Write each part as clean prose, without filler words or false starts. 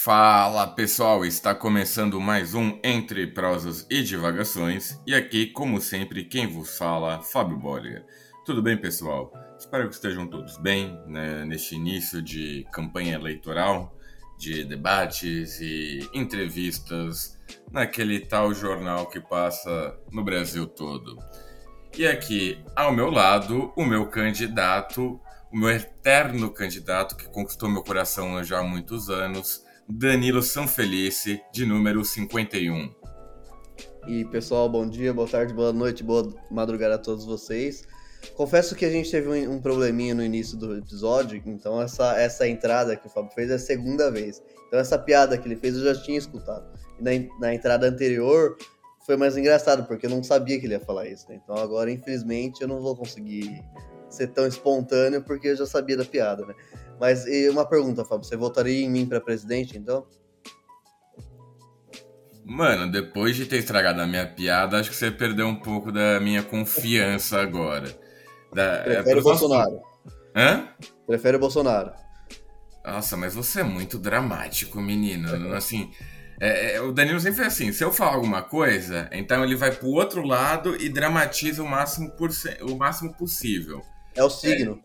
Fala pessoal, está começando mais um Entre Prosas e Divagações e aqui, como sempre, quem vos fala, Fábio Boller. Tudo bem, pessoal? Espero que estejam todos bem, né, neste início de campanha eleitoral, de debates e entrevistas naquele tal jornal que passa no Brasil todo. E aqui, ao meu lado, o meu candidato, o meu eterno candidato que conquistou meu coração já há muitos anos, Danilo Sanfelice, de número 51. E pessoal, bom dia, boa tarde, boa noite, boa madrugada a todos vocês. Confesso que a gente teve um probleminha no início do episódio, então essa entrada que o Fábio fez é a segunda vez. Então essa piada que ele fez eu já tinha escutado. E na entrada anterior foi mais engraçado, porque eu não sabia que ele ia falar isso, né? Então agora, infelizmente, eu não vou conseguir ser tão espontâneo, porque eu já sabia da piada, né? Mas e uma pergunta, Fábio, você votaria em mim para presidente, então? Mano, depois de ter estragado a minha piada, acho que você perdeu um pouco da minha confiança agora. Prefere o Pros nossos... Bolsonaro? Hã? Prefere o Bolsonaro? Nossa, mas você é muito dramático, menino. Assim, o Danilo sempre é assim, se eu falar alguma coisa, então ele vai pro outro lado e dramatiza o máximo possível. É o signo.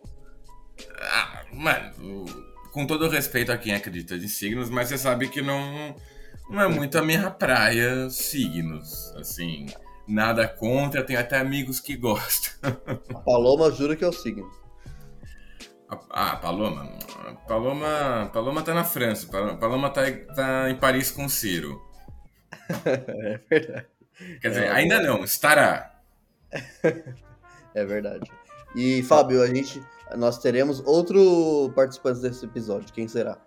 Mano, com todo respeito a quem acredita em signos, mas você sabe que não é muito a minha praia signos. Assim, nada contra, tenho até amigos que gostam. A Paloma jura que é o signo. Paloma. Paloma tá na França. Paloma tá em Paris com Ciro. É verdade. Quer dizer, ainda não, estará. É verdade. E, Fábio, nós teremos outro participante desse episódio. Quem será?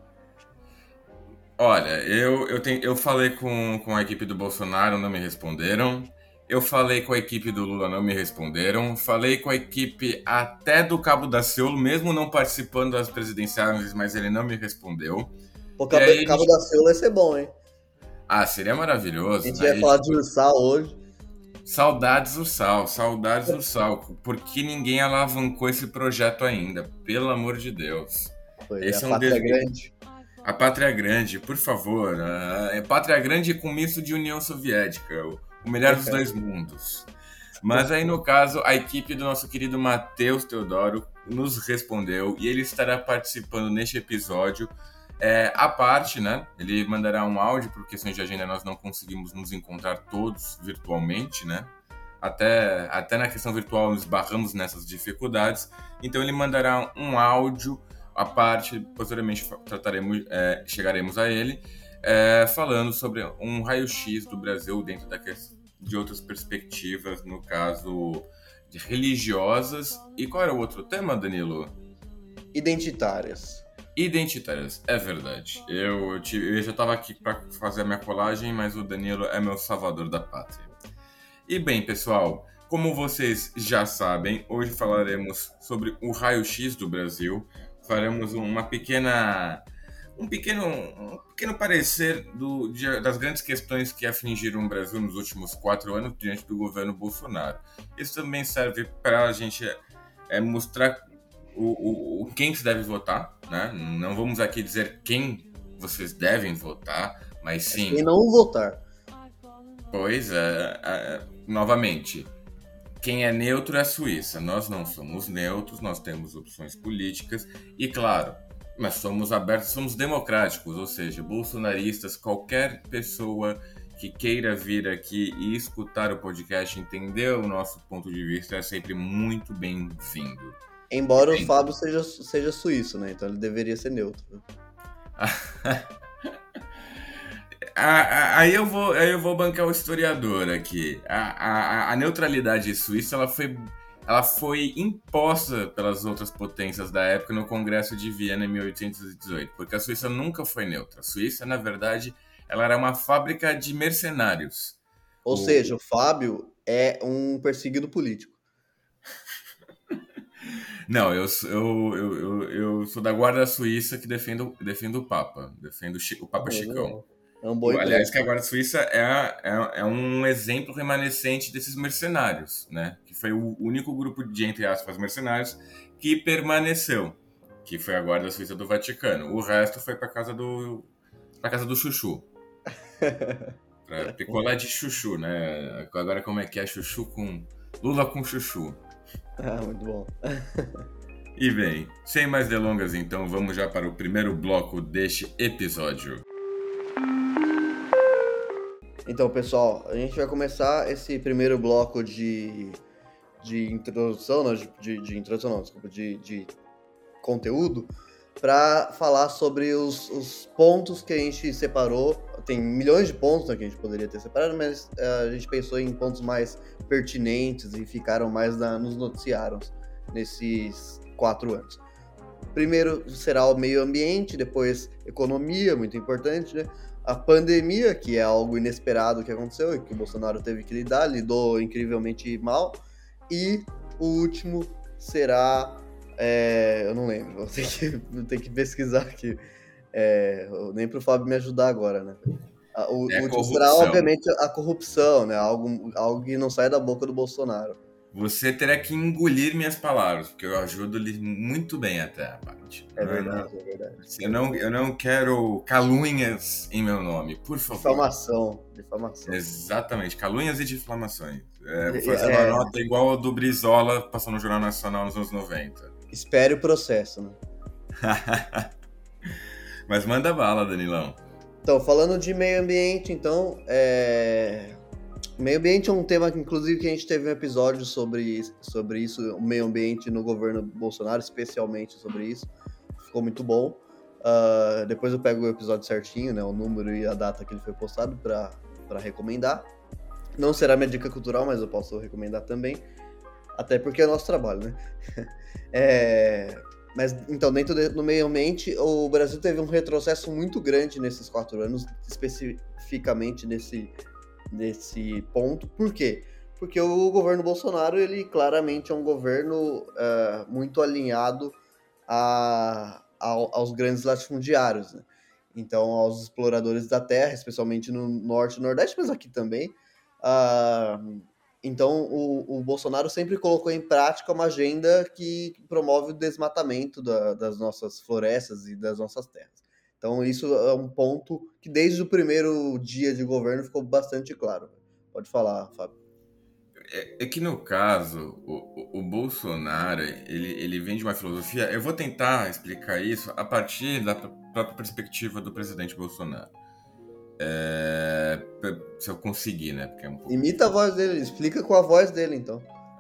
Olha, eu falei com a equipe do Bolsonaro, não me responderam. Eu falei com a equipe do Lula, não me responderam. Falei com a equipe até do Cabo Daciolo, mesmo não participando das presidenciais, mas ele não me respondeu. O E aí, Cabo da Ciolo vai ser bom, hein? seria A maravilhoso, gente né? vai falar de Ursal hoje. Saudades do Sal. Por que ninguém alavancou esse projeto ainda? Pelo amor de Deus. Foi a Esse é um Pátria des... Grande. A Pátria Grande, por favor. Pátria Grande com misto de União Soviética. O melhor dos dois mundos. Mas aí, no caso, a equipe do nosso querido Matheus Teodoro nos respondeu e ele estará participando neste episódio à parte, né? Ele mandará um áudio, por questões de agenda nós não conseguimos nos encontrar todos virtualmente, né? Até na questão virtual nos esbarramos nessas dificuldades. Então ele mandará um áudio à parte, posteriormente chegaremos a ele, falando sobre um raio-x do Brasil dentro de outras perspectivas, no caso de religiosas. E qual era o outro tema, Danilo? Identitárias. Identitárias, é verdade. Eu já estava aqui para fazer a minha colagem, mas o Danilo é meu salvador da pátria. E bem, pessoal, como vocês já sabem, hoje falaremos sobre o raio-x do Brasil. Faremos um pequeno parecer das grandes questões que afligiram o Brasil nos últimos 4 anos diante do governo Bolsonaro. Isso também serve para a gente mostrar quem se deve votar, né? Não vamos aqui dizer quem vocês devem votar, mas sim... Quem não votar. Pois novamente, quem é neutro é a Suíça. Nós não somos neutros, nós temos opções políticas e, claro, nós somos abertos, somos democráticos, ou seja, bolsonaristas, qualquer pessoa que queira vir aqui e escutar o podcast, entender o nosso ponto de vista, é sempre muito bem-vindo. Embora o Fábio seja suíço, né? Então ele deveria ser neutro. Aí eu vou bancar o historiador aqui. A neutralidade suíça ela foi imposta pelas outras potências da época no Congresso de Viena em 1818, porque a Suíça nunca foi neutra. A Suíça, na verdade, ela era uma fábrica de mercenários. Ou seja, o Fábio é um perseguido político. Não, eu sou da guarda suíça que defendo o Papa. Defendo o Papa Chicão. É um bom Aliás, que a Guarda Suíça é um exemplo remanescente desses mercenários, né? Que foi o único grupo de, entre aspas, mercenários que permaneceu, que foi a Guarda Suíça do Vaticano. O resto foi para casa pra casa do Chuchu. Pra picolé de chuchu, né? Agora como é que é chuchu com... Lula com chuchu. Ah, muito bom. E bem, sem mais delongas então, vamos já para o primeiro bloco deste episódio. Então, pessoal, a gente vai começar esse primeiro bloco de introdução, não, de introdução não, desculpa, de conteúdo, para falar sobre os pontos que a gente separou. Tem milhões de pontos, né, que a gente poderia ter separado, mas a gente pensou em pontos mais pertinentes e ficaram mais nos noticiários nesses 4 anos. Primeiro será o meio ambiente, depois economia, muito importante, né? A pandemia, que é algo inesperado que aconteceu e que o Bolsonaro teve que lidou incrivelmente mal. E o último será... eu não lembro, vou ter que pesquisar aqui. Nem para o Fábio me ajudar agora, né? O último será, obviamente, a corrupção, né? Algo que não sai da boca do Bolsonaro. Você terá que engolir minhas palavras, porque eu ajudo-lhe muito bem até a parte. É verdade. Eu não quero calúnias em meu nome, por favor. Difamação. Exatamente, calúnias e difamações. Vou fazer uma nota igual a do Brizola, passou no Jornal Nacional nos anos 90. Espere o processo, né? Mas manda bala, Danilão. Então, falando de meio ambiente, então, meio ambiente é um tema que, inclusive, que a gente teve um episódio sobre isso, o meio ambiente no governo Bolsonaro, especialmente sobre isso. Ficou muito bom. Depois eu pego o episódio certinho, né, o número e a data que ele foi postado para recomendar. Não será minha dica cultural, mas eu posso recomendar também. Até porque é nosso trabalho, né? Mas, então, dentro do meio ambiente, o Brasil teve um retrocesso muito grande nesses 4 anos, especificamente nesse ponto. Por quê? Porque o governo Bolsonaro, ele claramente é um governo muito alinhado aos grandes latifundiários, né? Então, aos exploradores da terra, especialmente no norte e nordeste, mas aqui também. Então, o Bolsonaro sempre colocou em prática uma agenda que promove o desmatamento das nossas florestas e das nossas terras. Então, isso é um ponto que, desde o primeiro dia de governo, ficou bastante claro. Pode falar, Fábio. É que, no caso, o Bolsonaro, ele vem de uma filosofia... Eu vou tentar explicar isso a partir da própria perspectiva do presidente Bolsonaro. Se eu conseguir, né? Porque é um pouco... Imita a voz dele, explica com a voz dele, então.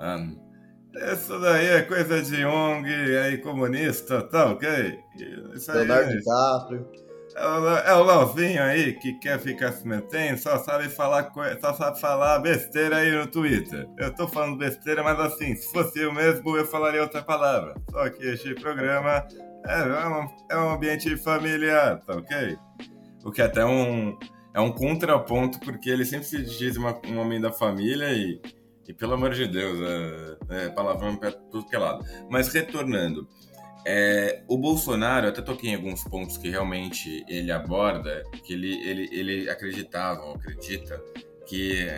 Isso daí é coisa de ONG aí comunista, tá ok? Isso aí Leonardo DiCaprio. É o Lauzinho aí que quer ficar se metendo, só sabe falar besteira aí no Twitter. Eu tô falando besteira, mas assim, se fosse eu mesmo, eu falaria outra palavra. Só que este programa é um ambiente familiar, tá ok? O que até é um contraponto, porque ele sempre se diz um homem da família e pelo amor de Deus, palavrão pra tudo que é lado. Mas retornando, o Bolsonaro, eu até toquei em alguns pontos que realmente ele aborda, que ele acredita que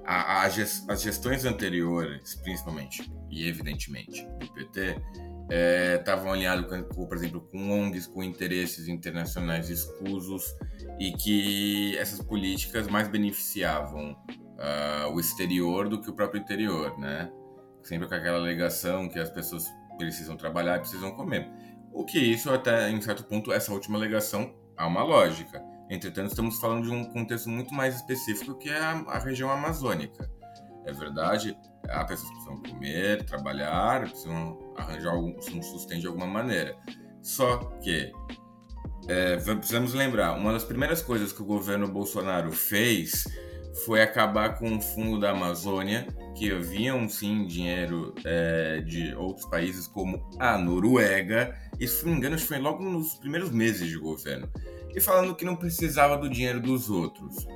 as gestões anteriores, principalmente e evidentemente do PT, estavam alinhados, por exemplo, com ONGs, com interesses internacionais escusos, e que essas políticas mais beneficiavam o exterior do que o próprio interior, né? Sempre com aquela alegação que as pessoas precisam trabalhar e precisam comer. O que isso, até em certo ponto, essa última alegação há uma lógica. Entretanto, estamos falando de um contexto muito mais específico, que é a região amazônica. É verdade, as pessoas precisam comer, trabalhar, precisam arranjar um sustento de alguma maneira. Só que precisamos lembrar, uma das primeiras coisas que o governo Bolsonaro fez foi acabar com o fundo da Amazônia, que haviam sim dinheiro de outros países como a Noruega, e se não me engano foi logo nos primeiros meses de governo, e falando que não precisava do dinheiro dos outros.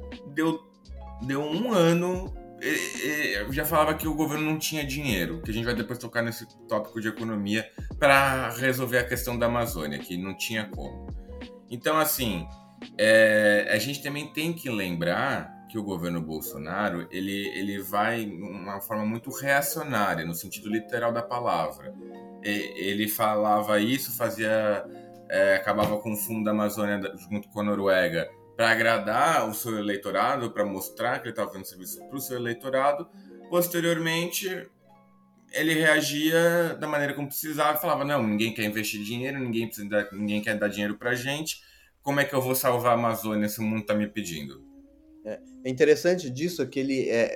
Deu um ano, eu já falava que o governo não tinha dinheiro, que a gente vai depois tocar nesse tópico de economia, para resolver a questão da Amazônia, que não tinha como. Então, assim, a gente também tem que lembrar que o governo Bolsonaro, ele vai de uma forma muito reacionária, no sentido literal da palavra. Ele falava isso, fazia acabava com o Fundo da Amazônia junto com a Noruega para agradar o seu eleitorado, para mostrar que ele estava fazendo serviço para o seu eleitorado. Posteriormente, ele reagia da maneira como precisava e falava: não, ninguém quer investir dinheiro, ninguém quer dar dinheiro para a gente. Como é que eu vou salvar a Amazônia se o mundo está me pedindo? É interessante disso que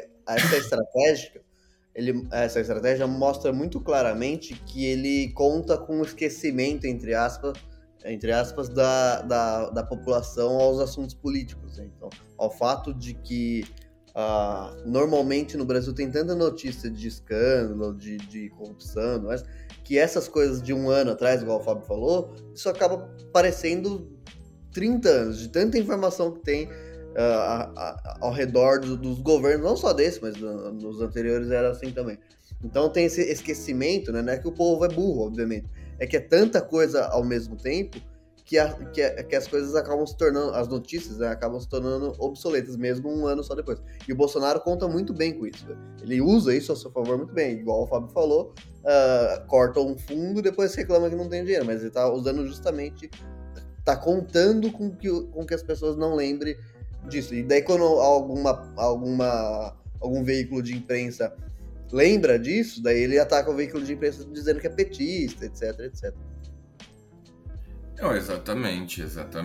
essa estratégia mostra muito claramente que ele conta com o esquecimento, entre aspas, da população aos assuntos políticos, né? Então, ao fato de que normalmente no Brasil tem tanta notícia de escândalo, de corrupção, mas que essas coisas de um ano atrás, igual o Fábio falou, isso acaba parecendo 30 anos, de tanta informação que tem ao redor dos governos, não só desse, mas nos anteriores era assim também. Então tem esse esquecimento, né? Não é que o povo é burro, obviamente, é que é tanta coisa ao mesmo tempo que as coisas acabam se tornando, as notícias, né, acabam se tornando obsoletas mesmo um ano só depois. E o Bolsonaro conta muito bem com isso. Né? Ele usa isso a seu favor muito bem, igual o Fábio falou, corta um fundo e depois reclama que não tem dinheiro, mas ele está usando justamente, está contando com que as pessoas não lembrem disso. E daí quando algum veículo de imprensa lembra disso, daí ele ataca o veículo de imprensa dizendo que é petista, etc, etc. Não, exatamente.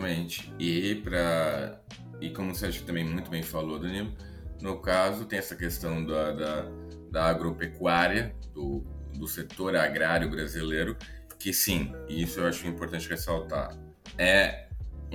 E como você também muito bem falou, Danilo, no caso tem essa questão da agropecuária, do setor agrário brasileiro, que sim, e isso eu acho importante ressaltar, é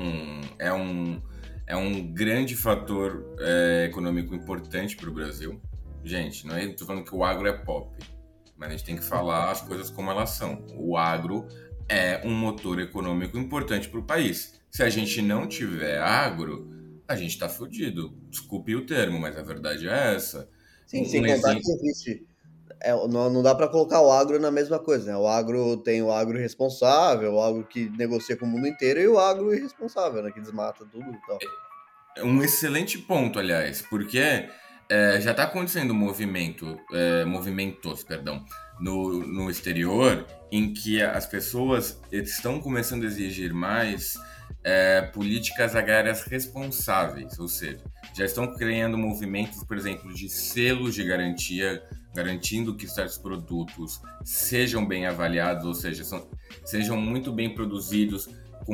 um grande fator econômico importante para o Brasil. Gente, não estou falando que o agro é pop, mas a gente tem que falar as coisas como elas são. O agro é um motor econômico importante para o país. Se a gente não tiver agro, a gente está fudido. Desculpe o termo, mas a verdade é essa. Sim, sem contar que existe. Não dá para colocar o agro na mesma coisa, né? O agro tem o agro responsável, o agro que negocia com o mundo inteiro, e o agro irresponsável, né? Que desmata tudo e tal. É um excelente ponto, aliás, porque já está acontecendo movimentos, perdão, no exterior, em que as pessoas estão começando a exigir mais políticas agrárias responsáveis, ou seja, já estão criando movimentos, por exemplo, de selos de garantia, garantindo que certos produtos sejam bem avaliados, ou seja, sejam muito bem produzidos,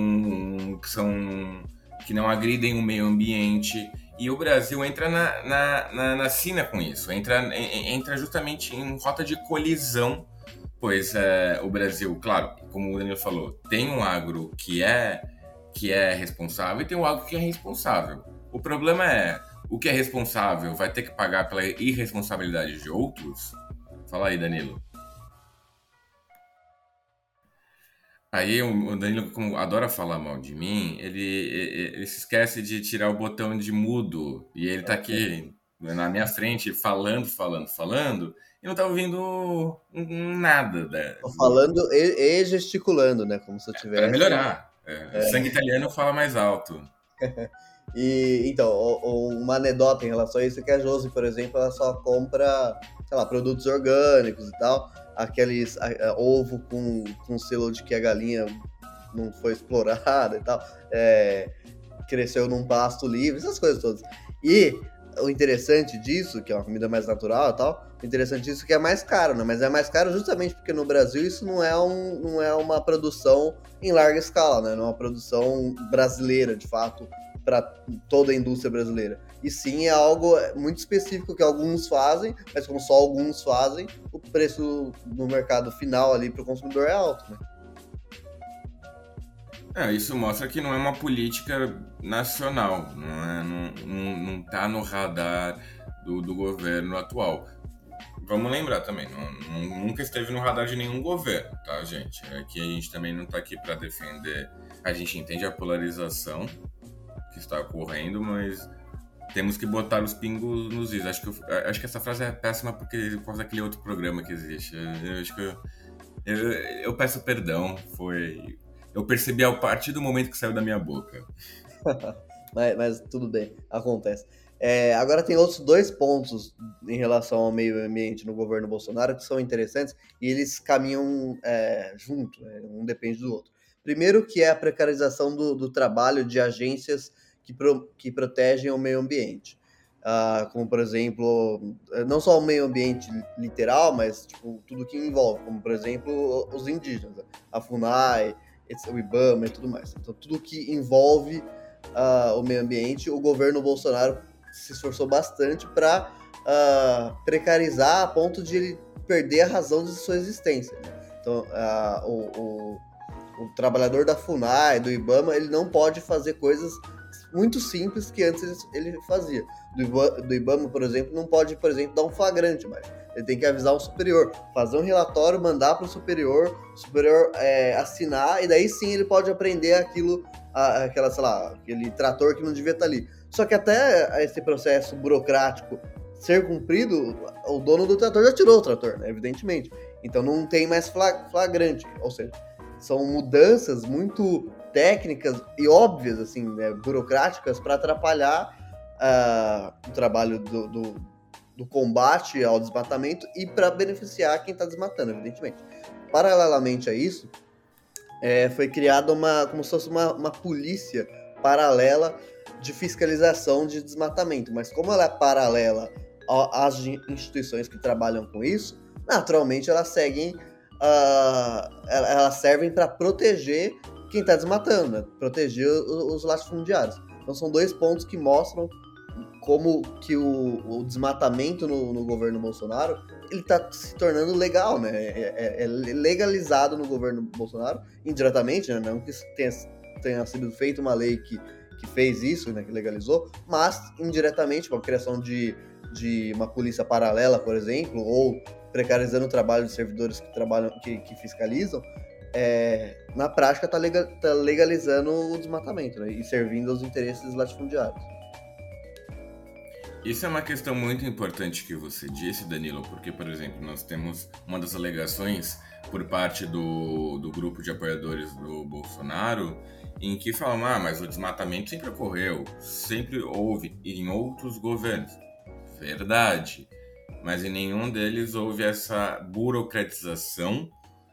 que não agridem o meio ambiente. E o Brasil entra na sina com isso, entra justamente em rota de colisão, pois o Brasil, claro, como o Daniel falou, tem um agro que é responsável e tem um agro que é responsável. O problema o que é responsável vai ter que pagar pela irresponsabilidade de outros? Fala aí, Danilo. Aí o Danilo, como adora falar mal de mim, ele se esquece de tirar o botão de mudo. E ele tá aqui na minha frente falando, e não tá ouvindo nada. Tô falando e gesticulando, né? Como se eu Para tivesse. melhorar. O sangue italiano fala mais alto. E então, uma anedota em relação a isso é que a Josi, por exemplo, ela só compra, sei lá, produtos orgânicos e tal, aqueles ovo com selo de que a galinha não foi explorada e tal, cresceu num pasto livre, essas coisas todas. E o interessante disso, que é uma comida mais natural e tal, o interessante disso é que é mais caro, né? Mas é mais caro justamente porque no Brasil isso não é uma produção em larga escala, né? Não é uma produção brasileira, de fato, para toda a indústria brasileira. E sim é algo muito específico que alguns fazem, mas como só alguns fazem, o preço no mercado final ali para o consumidor é alto, né? Isso mostra que não é uma política nacional, não está no radar do governo atual. Vamos lembrar também, nunca esteve no radar de nenhum governo, tá, gente? Aqui a gente também não está aqui para defender. A gente entende a polarização que está ocorrendo, mas temos que botar os pingos nos is. Acho que essa frase é péssima por causa daquele outro programa que existe. Eu acho que eu peço perdão, eu percebi a partir do momento que saiu da minha boca. mas tudo bem, acontece. Agora tem outros dois pontos em relação ao meio ambiente no governo Bolsonaro que são interessantes e eles caminham junto, um depende do outro. Primeiro, que é a precarização do trabalho de agências que protegem o meio ambiente. Como, por exemplo, não só o meio ambiente literal, mas tipo, tudo que envolve, como, por exemplo, os indígenas, a FUNAI, o IBAMA e tudo mais. Então, tudo que envolve o meio ambiente, o governo Bolsonaro se esforçou bastante para precarizar a ponto de ele perder a razão de sua existência. Então, o trabalhador da FUNAI, do IBAMA, ele não pode fazer coisas muito simples que antes ele fazia. Do IBAMA, por exemplo, não pode, por exemplo, dar um flagrante mais. Ele tem que avisar o superior, fazer um relatório, mandar para o superior assinar, e daí sim ele pode aprender aquilo, aquele trator que não devia estar ali. Só que até esse processo burocrático ser cumprido, o dono do trator já tirou o trator, né, evidentemente. Então não tem mais flagrante, ou seja, são mudanças muito técnicas e óbvias, assim, né, burocráticas, para atrapalhar o trabalho do combate ao desmatamento e para beneficiar quem está desmatando, evidentemente. Paralelamente a isso, foi criada como se fosse uma polícia paralela de fiscalização de desmatamento, mas como ela é paralela às instituições que trabalham com isso, naturalmente elas servem para proteger quem está desmatando, né? Proteger os latifundiários. Então são dois pontos que mostram como que o desmatamento no governo Bolsonaro ele está se tornando legal, né? É legalizado no governo Bolsonaro, indiretamente, né? Não que tenha sido feita uma lei que fez isso, né? Que legalizou, mas indiretamente, com a criação de uma polícia paralela, por exemplo, ou precarizando o trabalho de servidores que trabalham, que fiscalizam, na prática tá legalizando o desmatamento, né? E servindo aos interesses latifundiários. Isso é uma questão muito importante que você disse, Danilo, porque, por exemplo, nós temos uma das alegações por parte do grupo de apoiadores do Bolsonaro, em que falam, mas o desmatamento sempre ocorreu, sempre houve em outros governos. Verdade, mas em nenhum deles houve essa burocratização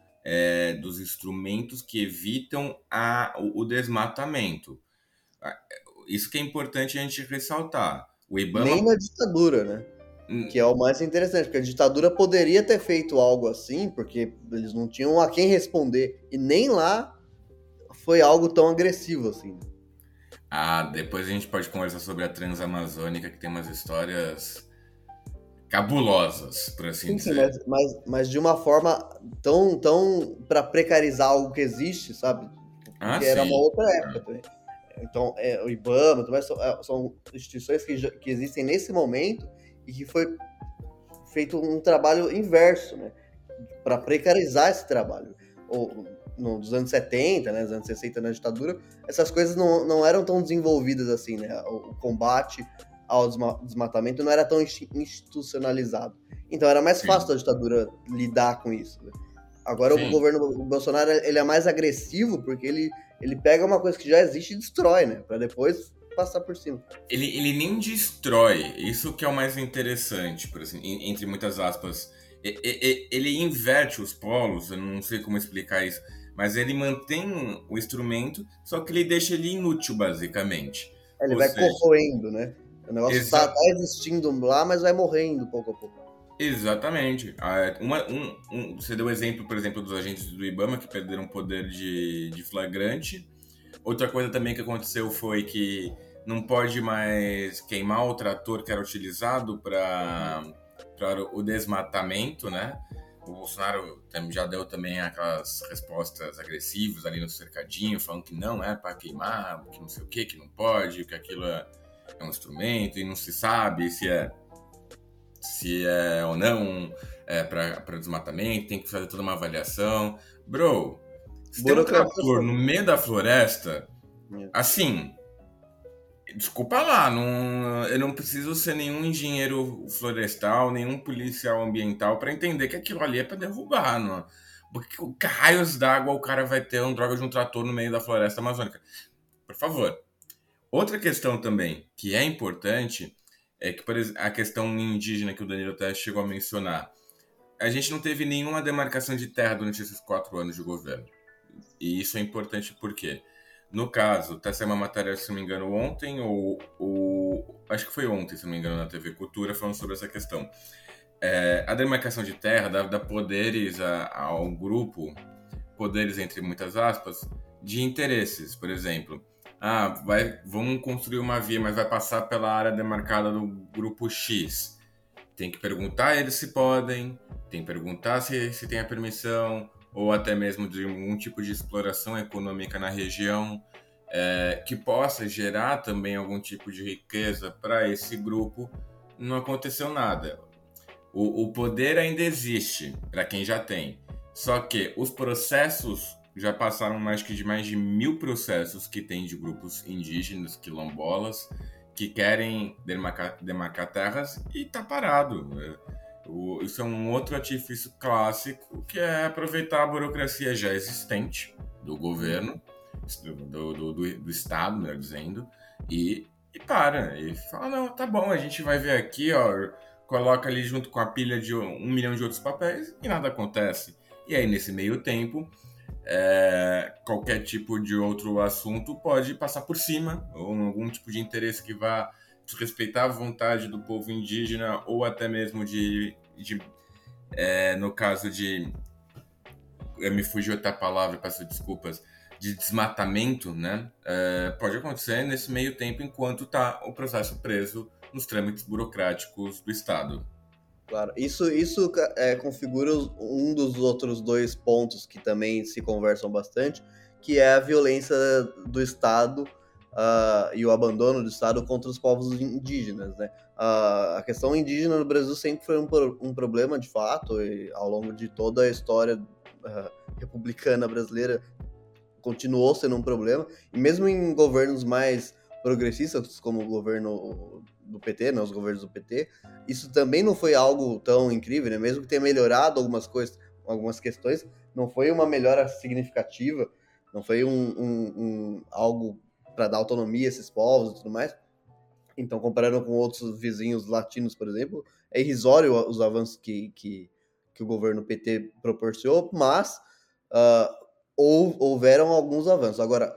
dos instrumentos que evitam o desmatamento. Isso que é importante a gente ressaltar. O IBAMA... Nem na ditadura, né? Que é o mais interessante, porque a ditadura poderia ter feito algo assim, porque eles não tinham a quem responder. E nem lá foi algo tão agressivo assim. Depois a gente pode conversar sobre a Transamazônica, que tem umas histórias cabulosas, por assim dizer. Mas de uma forma tão para precarizar algo que existe, sabe? Porque era uma outra época também. Então, o IBAMA também são instituições que existem nesse momento e que foi feito um trabalho inverso, né? Para precarizar esse trabalho. Nos anos 70, né, nos anos 60, na ditadura, essas coisas não eram tão desenvolvidas assim, né? O combate ao desmatamento não era tão institucionalizado. Então era mais fácil da ditadura lidar com isso, né? Agora o governo Bolsonaro ele é mais agressivo porque ele pega uma coisa que já existe e destrói, né? Para depois passar por cima. Ele nem destrói, isso que é o mais interessante, por assim, entre muitas aspas. Ele inverte os polos, eu não sei como explicar isso, mas ele mantém o instrumento, só que ele deixa ele inútil, basicamente. Ele vai corroendo, né? O negócio tá existindo lá, mas vai morrendo pouco a pouco. Exatamente. Você deu o exemplo, por exemplo, dos agentes do IBAMA que perderam poder de flagrante. Outra coisa também que aconteceu foi que não pode mais queimar o trator que era utilizado para o desmatamento, né? O Bolsonaro já deu também aquelas respostas agressivas ali no cercadinho, falando que não é para queimar, que não sei o que não pode, que aquilo é um instrumento e não se sabe se é ou não para desmatamento, tem que fazer toda uma avaliação. Bro, se tem um trator no meio da floresta, assim, desculpa lá, eu não preciso ser nenhum engenheiro florestal, nenhum policial ambiental para entender que aquilo ali é para derrubar, não? Porque raios d'água o cara vai ter um droga de um trator no meio da floresta amazônica? Por favor. Outra questão também que é importante é que, por exemplo, a questão indígena que o Danilo até chegou a mencionar. A gente não teve nenhuma demarcação de terra durante esses 4 anos de governo. E isso é importante porque, no caso, tá saindo uma matéria, se não me engano, ontem, ou acho que foi ontem, se não me engano, na TV Cultura, falando sobre essa questão. A demarcação de terra dá poderes a um grupo, poderes entre muitas aspas, de interesses, por exemplo. Vamos construir uma via, mas vai passar pela área demarcada do grupo X. Tem que perguntar a eles se podem, tem que perguntar se tem a permissão, ou até mesmo de algum tipo de exploração econômica na região, que possa gerar também algum tipo de riqueza para esse grupo. Não aconteceu nada. O poder ainda existe para quem já tem. Só que os processos já passaram mais de 1.000 processos que tem de grupos indígenas, quilombolas, que querem demarcar terras e tá parado. Isso é um outro artifício clássico, que é aproveitar a burocracia já existente do governo, do Estado, melhor dizendo, e para. E fala, não, tá bom, a gente vai ver aqui, ó, coloca ali junto com a pilha de 1 milhão de outros papéis e nada acontece. E aí, nesse meio tempo, qualquer tipo de outro assunto pode passar por cima, ou algum tipo de interesse que vá desrespeitar a vontade do povo indígena, ou até mesmo no caso de... me fugiu outra palavra, peço desculpas, de desmatamento, né? Pode acontecer nesse meio tempo enquanto está o processo preso nos trâmites burocráticos do Estado. Claro, isso configura um dos outros dois pontos que também se conversam bastante, que é a violência do Estado e o abandono do Estado contra os povos indígenas, né? A questão indígena no Brasil sempre foi um problema, de fato, e ao longo de toda a história republicana brasileira continuou sendo um problema, e mesmo em governos mais progressistas, como o governo do PT, né, os governos do PT, isso também não foi algo tão incrível, né? Mesmo que tenha melhorado algumas coisas, algumas questões, não foi uma melhora significativa, não foi algo para dar autonomia a esses povos e tudo mais. Então, comparando com outros vizinhos latinos, por exemplo, é irrisório os avanços que o governo PT proporcionou, mas houveram alguns avanços. Agora,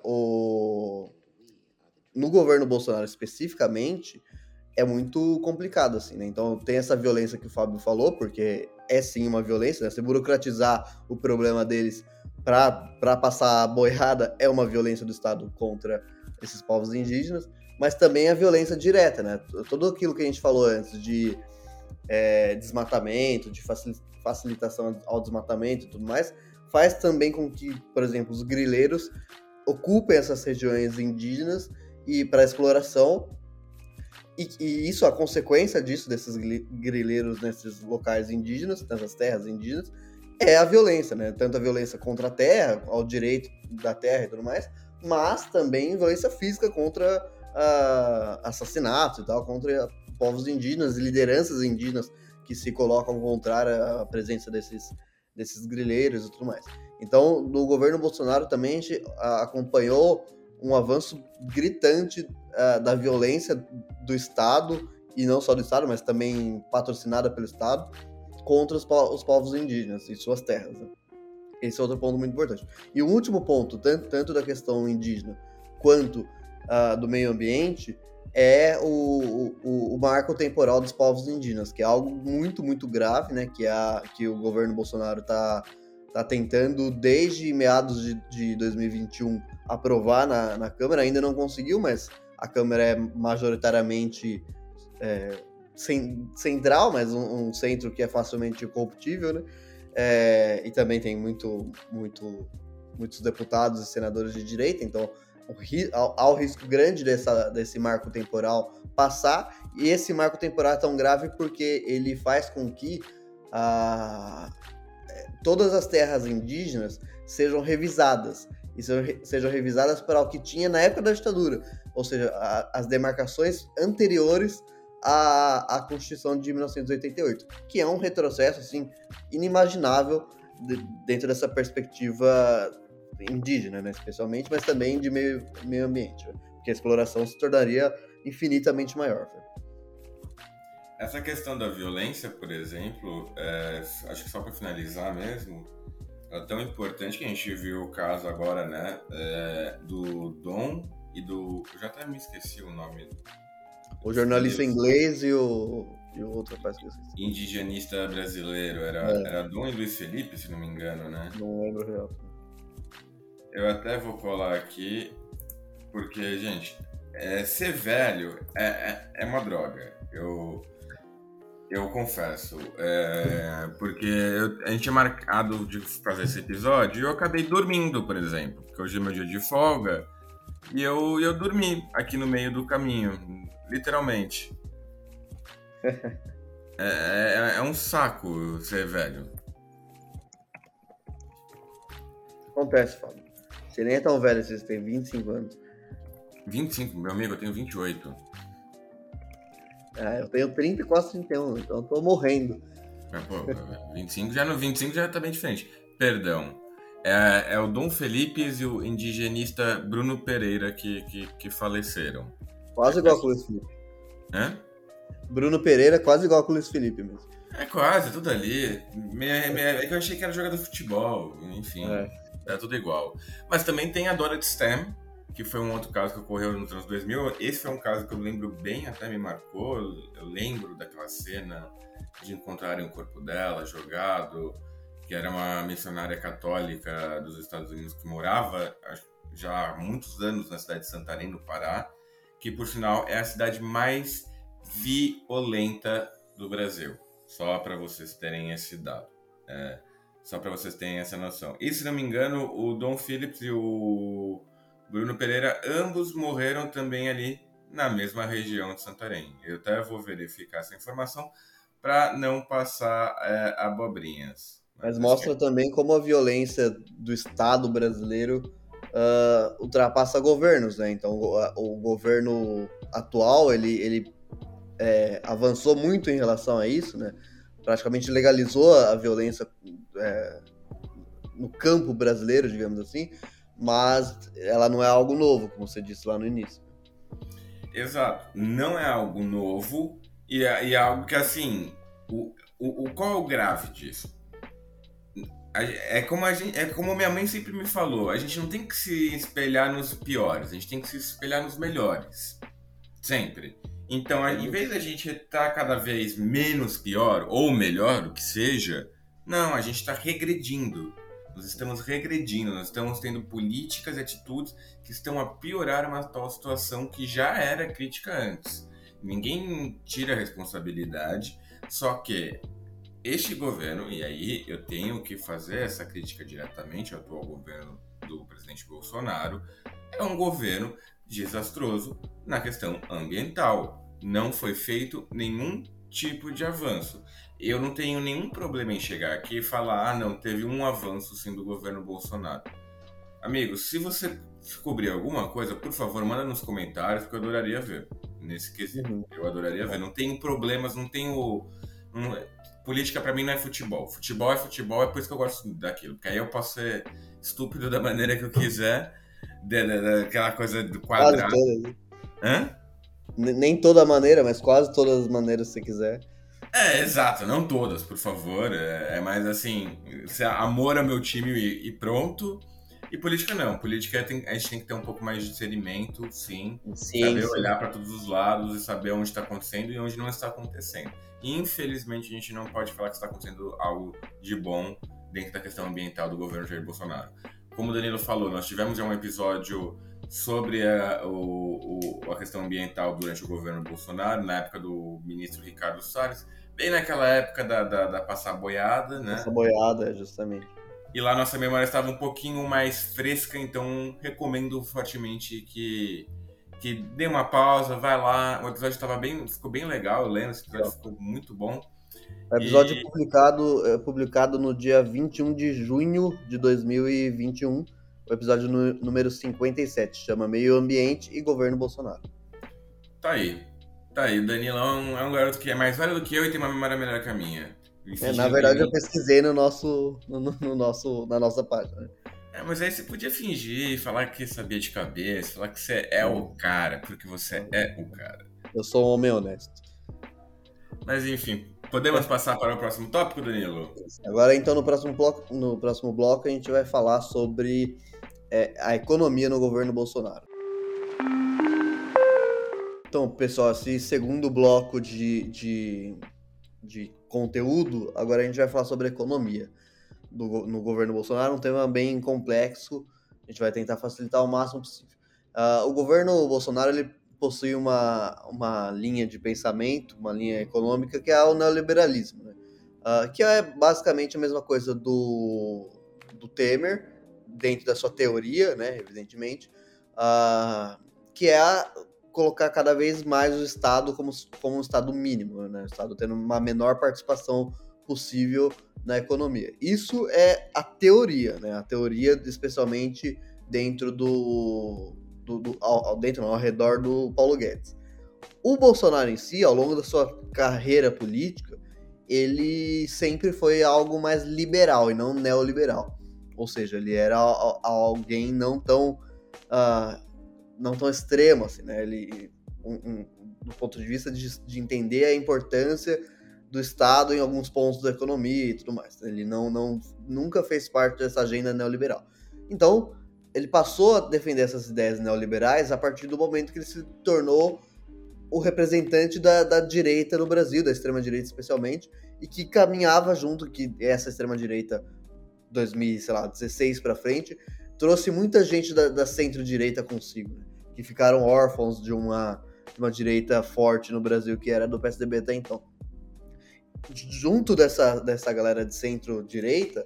no governo Bolsonaro especificamente, é muito complicado, assim, né? Então tem essa violência que o Fábio falou, porque é sim uma violência, né? Você burocratizar o problema deles para passar a boiada é uma violência do Estado contra esses povos indígenas, mas também a violência direta, né? Tudo aquilo que a gente falou antes de desmatamento, de facilitação ao desmatamento e tudo mais, faz também com que, por exemplo, os grileiros ocupem essas regiões indígenas e para exploração, e isso, a consequência disso, desses grileiros nesses locais indígenas, nessas terras indígenas, é a violência, né? Tanto a violência contra a terra, ao direito da terra e tudo mais, mas também violência física contra assassinatos e tal, contra povos indígenas e lideranças indígenas que se colocam contrária à presença desses grileiros e tudo mais. Então, no governo Bolsonaro também a gente acompanhou um avanço gritante da violência do Estado, e não só do Estado, mas também patrocinada pelo Estado, contra os povos indígenas e suas terras, né? Esse é outro ponto muito importante. E o último ponto, tanto da questão indígena quanto do meio ambiente, é o marco temporal dos povos indígenas, que é algo muito, muito grave, né? Que o governo Bolsonaro está tentando, desde meados de 2021, aprovar na Câmara. Ainda não conseguiu, mas a Câmara é majoritariamente central, mas um centro que é facilmente corruptível, né? E também tem muitos deputados e senadores de direita, então há o risco grande desse marco temporal passar, e esse marco temporal é tão grave porque ele faz com que todas as terras indígenas sejam revisadas, e sejam revisadas para o que tinha na época da ditadura, ou seja, as demarcações anteriores à Constituição de 1988, que é um retrocesso assim, inimaginável dentro dessa perspectiva indígena, né, especialmente, mas também de meio ambiente, né? Porque a exploração se tornaria infinitamente maior. Né? Essa questão da violência, por exemplo, acho que só para finalizar mesmo, É tão importante que a gente viu o caso agora, né, do Dom e do... Eu já até me esqueci o nome. O jornalista inglês e o outro rapaz que eu esqueci. Indigenista brasileiro. Era Dom e Luiz Felipe, se não me engano, né? Não lembro real. Eu até vou colar aqui, porque, gente, ser velho é uma droga. Eu confesso. Porque a gente tinha marcado de fazer esse episódio e eu acabei dormindo, por exemplo. Porque hoje é meu dia de folga e eu dormi aqui no meio do caminho, literalmente. É um saco ser velho. Acontece, Fábio. Você nem é tão velho, você tem 25 anos. 25, meu amigo, eu tenho 28. Eu tenho 30 e quase 31, então eu tô morrendo. Pô, 25 já tá bem diferente. Perdão. É o Dom Felipe e o indigenista Bruno Pereira que faleceram. Quase igual com o Luiz Felipe. Hã? Bruno Pereira, quase igual com o Luiz Felipe mesmo. É quase, tudo ali. É que eu achei que era jogador de futebol, enfim. É tudo igual. Mas também tem a Dorothy Stam, que foi um outro caso que ocorreu nos anos 2000. Esse foi um caso que eu lembro bem, até me marcou. Eu lembro daquela cena de encontrarem o corpo dela jogado, que era uma missionária católica dos Estados Unidos que morava já há muitos anos na cidade de Santarém, no Pará, que, por sinal, é a cidade mais violenta do Brasil. Só para vocês terem esse dado. Só para vocês terem essa noção. E, se não me engano, o Dom Phillips e o Bruno Pereira, ambos morreram também ali na mesma região de Santarém. Eu até vou verificar essa informação para não passar abobrinhas. Mas mostra também como a violência do Estado brasileiro ultrapassa governos, né? Então, o governo atual, ele avançou muito em relação a isso, né? Praticamente legalizou a violência no campo brasileiro, digamos assim, mas ela não é algo novo, como você disse lá no início. Exato. Não é algo novo e é algo que, assim, qual é o grave disso? É como minha mãe sempre me falou, a gente não tem que se espelhar nos piores, a gente tem que se espelhar nos melhores. Sempre. Então, em vez da gente estar cada vez menos pior, ou melhor, o que seja, não, a gente está regredindo. Nós estamos regredindo, nós estamos tendo políticas e atitudes que estão a piorar uma tal situação que já era crítica antes. Ninguém tira a responsabilidade, só que este governo, e aí eu tenho que fazer essa crítica diretamente ao atual governo do presidente Bolsonaro, é um governo desastroso na questão ambiental. Não foi feito nenhum tipo de avanço. Eu não tenho nenhum problema em chegar aqui e falar, não, teve um avanço sim do governo Bolsonaro. Amigo, se você descobrir alguma coisa, por favor, manda nos comentários, porque eu adoraria ver nesse quesito. Eu adoraria ver. Não tenho problemas, não tenho... Política pra mim não é futebol. Futebol, é por isso que eu gosto daquilo. Porque aí eu posso ser estúpido da maneira que eu quiser, daquela coisa do quadrado. Quase todas. Hã? Nem toda maneira, mas quase todas as maneiras que você quiser. Exato, não todas, por favor. É mais assim, amor ao meu time e pronto. E política não. Política a gente tem que ter um pouco mais de discernimento, sim. Saber olhar para todos os lados e saber onde está acontecendo e onde não está acontecendo. E, infelizmente, a gente não pode falar que está acontecendo algo de bom dentro da questão ambiental do governo Jair Bolsonaro. Como o Danilo falou, nós tivemos já um episódio sobre a questão ambiental durante o governo Bolsonaro, na época do ministro Ricardo Salles, bem naquela época da passar boiada, né? Passar boiada, justamente. E lá nossa memória estava um pouquinho mais fresca, então recomendo fortemente que dê uma pausa, vai lá. O episódio ficou bem legal, eu lembro, esse episódio ficou muito bom. O episódio publicado no dia 21 de junho de 2021, o episódio número 57, chama Meio Ambiente e Governo Bolsonaro. Tá aí, o Danilo é um garoto que é mais velho do que eu e tem uma memória melhor que a minha. Na verdade, eu pesquisei na nossa página. Né? Mas aí você podia fingir, falar que sabia de cabeça, falar que você é o cara, porque você é o cara. Eu sou um homem honesto. Mas enfim, Podemos passar para o próximo tópico, Danilo? Agora, então, no próximo bloco a gente vai falar sobre a economia no governo Bolsonaro. Então, pessoal, esse segundo bloco de conteúdo, agora a gente vai falar sobre economia no governo Bolsonaro, um tema bem complexo, a gente vai tentar facilitar o máximo possível. O governo Bolsonaro, ele possui uma linha de pensamento, uma linha econômica, que é o neoliberalismo, né? Que é basicamente a mesma coisa do Temer, dentro da sua teoria, né, evidentemente, que é colocar cada vez mais o Estado como um Estado mínimo, né? O Estado tendo uma menor participação possível na economia. Isso é a teoria, né? A teoria, especialmente dentro ao redor do Paulo Guedes. O Bolsonaro em si, ao longo da sua carreira política, ele sempre foi algo mais liberal e não neoliberal. Ou seja, ele era alguém não tão extremo, assim, né? Ele, do ponto de vista de entender a importância do Estado em alguns pontos da economia e tudo mais. Ele nunca fez parte dessa agenda neoliberal. Então, ele passou a defender essas ideias neoliberais a partir do momento que ele se tornou o representante da direita no Brasil, da extrema-direita especialmente, e que caminhava junto, que essa extrema-direita 2016 para frente, trouxe muita gente da centro-direita consigo, né? Que ficaram órfãos de uma direita forte no Brasil, que era do PSDB até então. Junto dessa galera de centro-direita,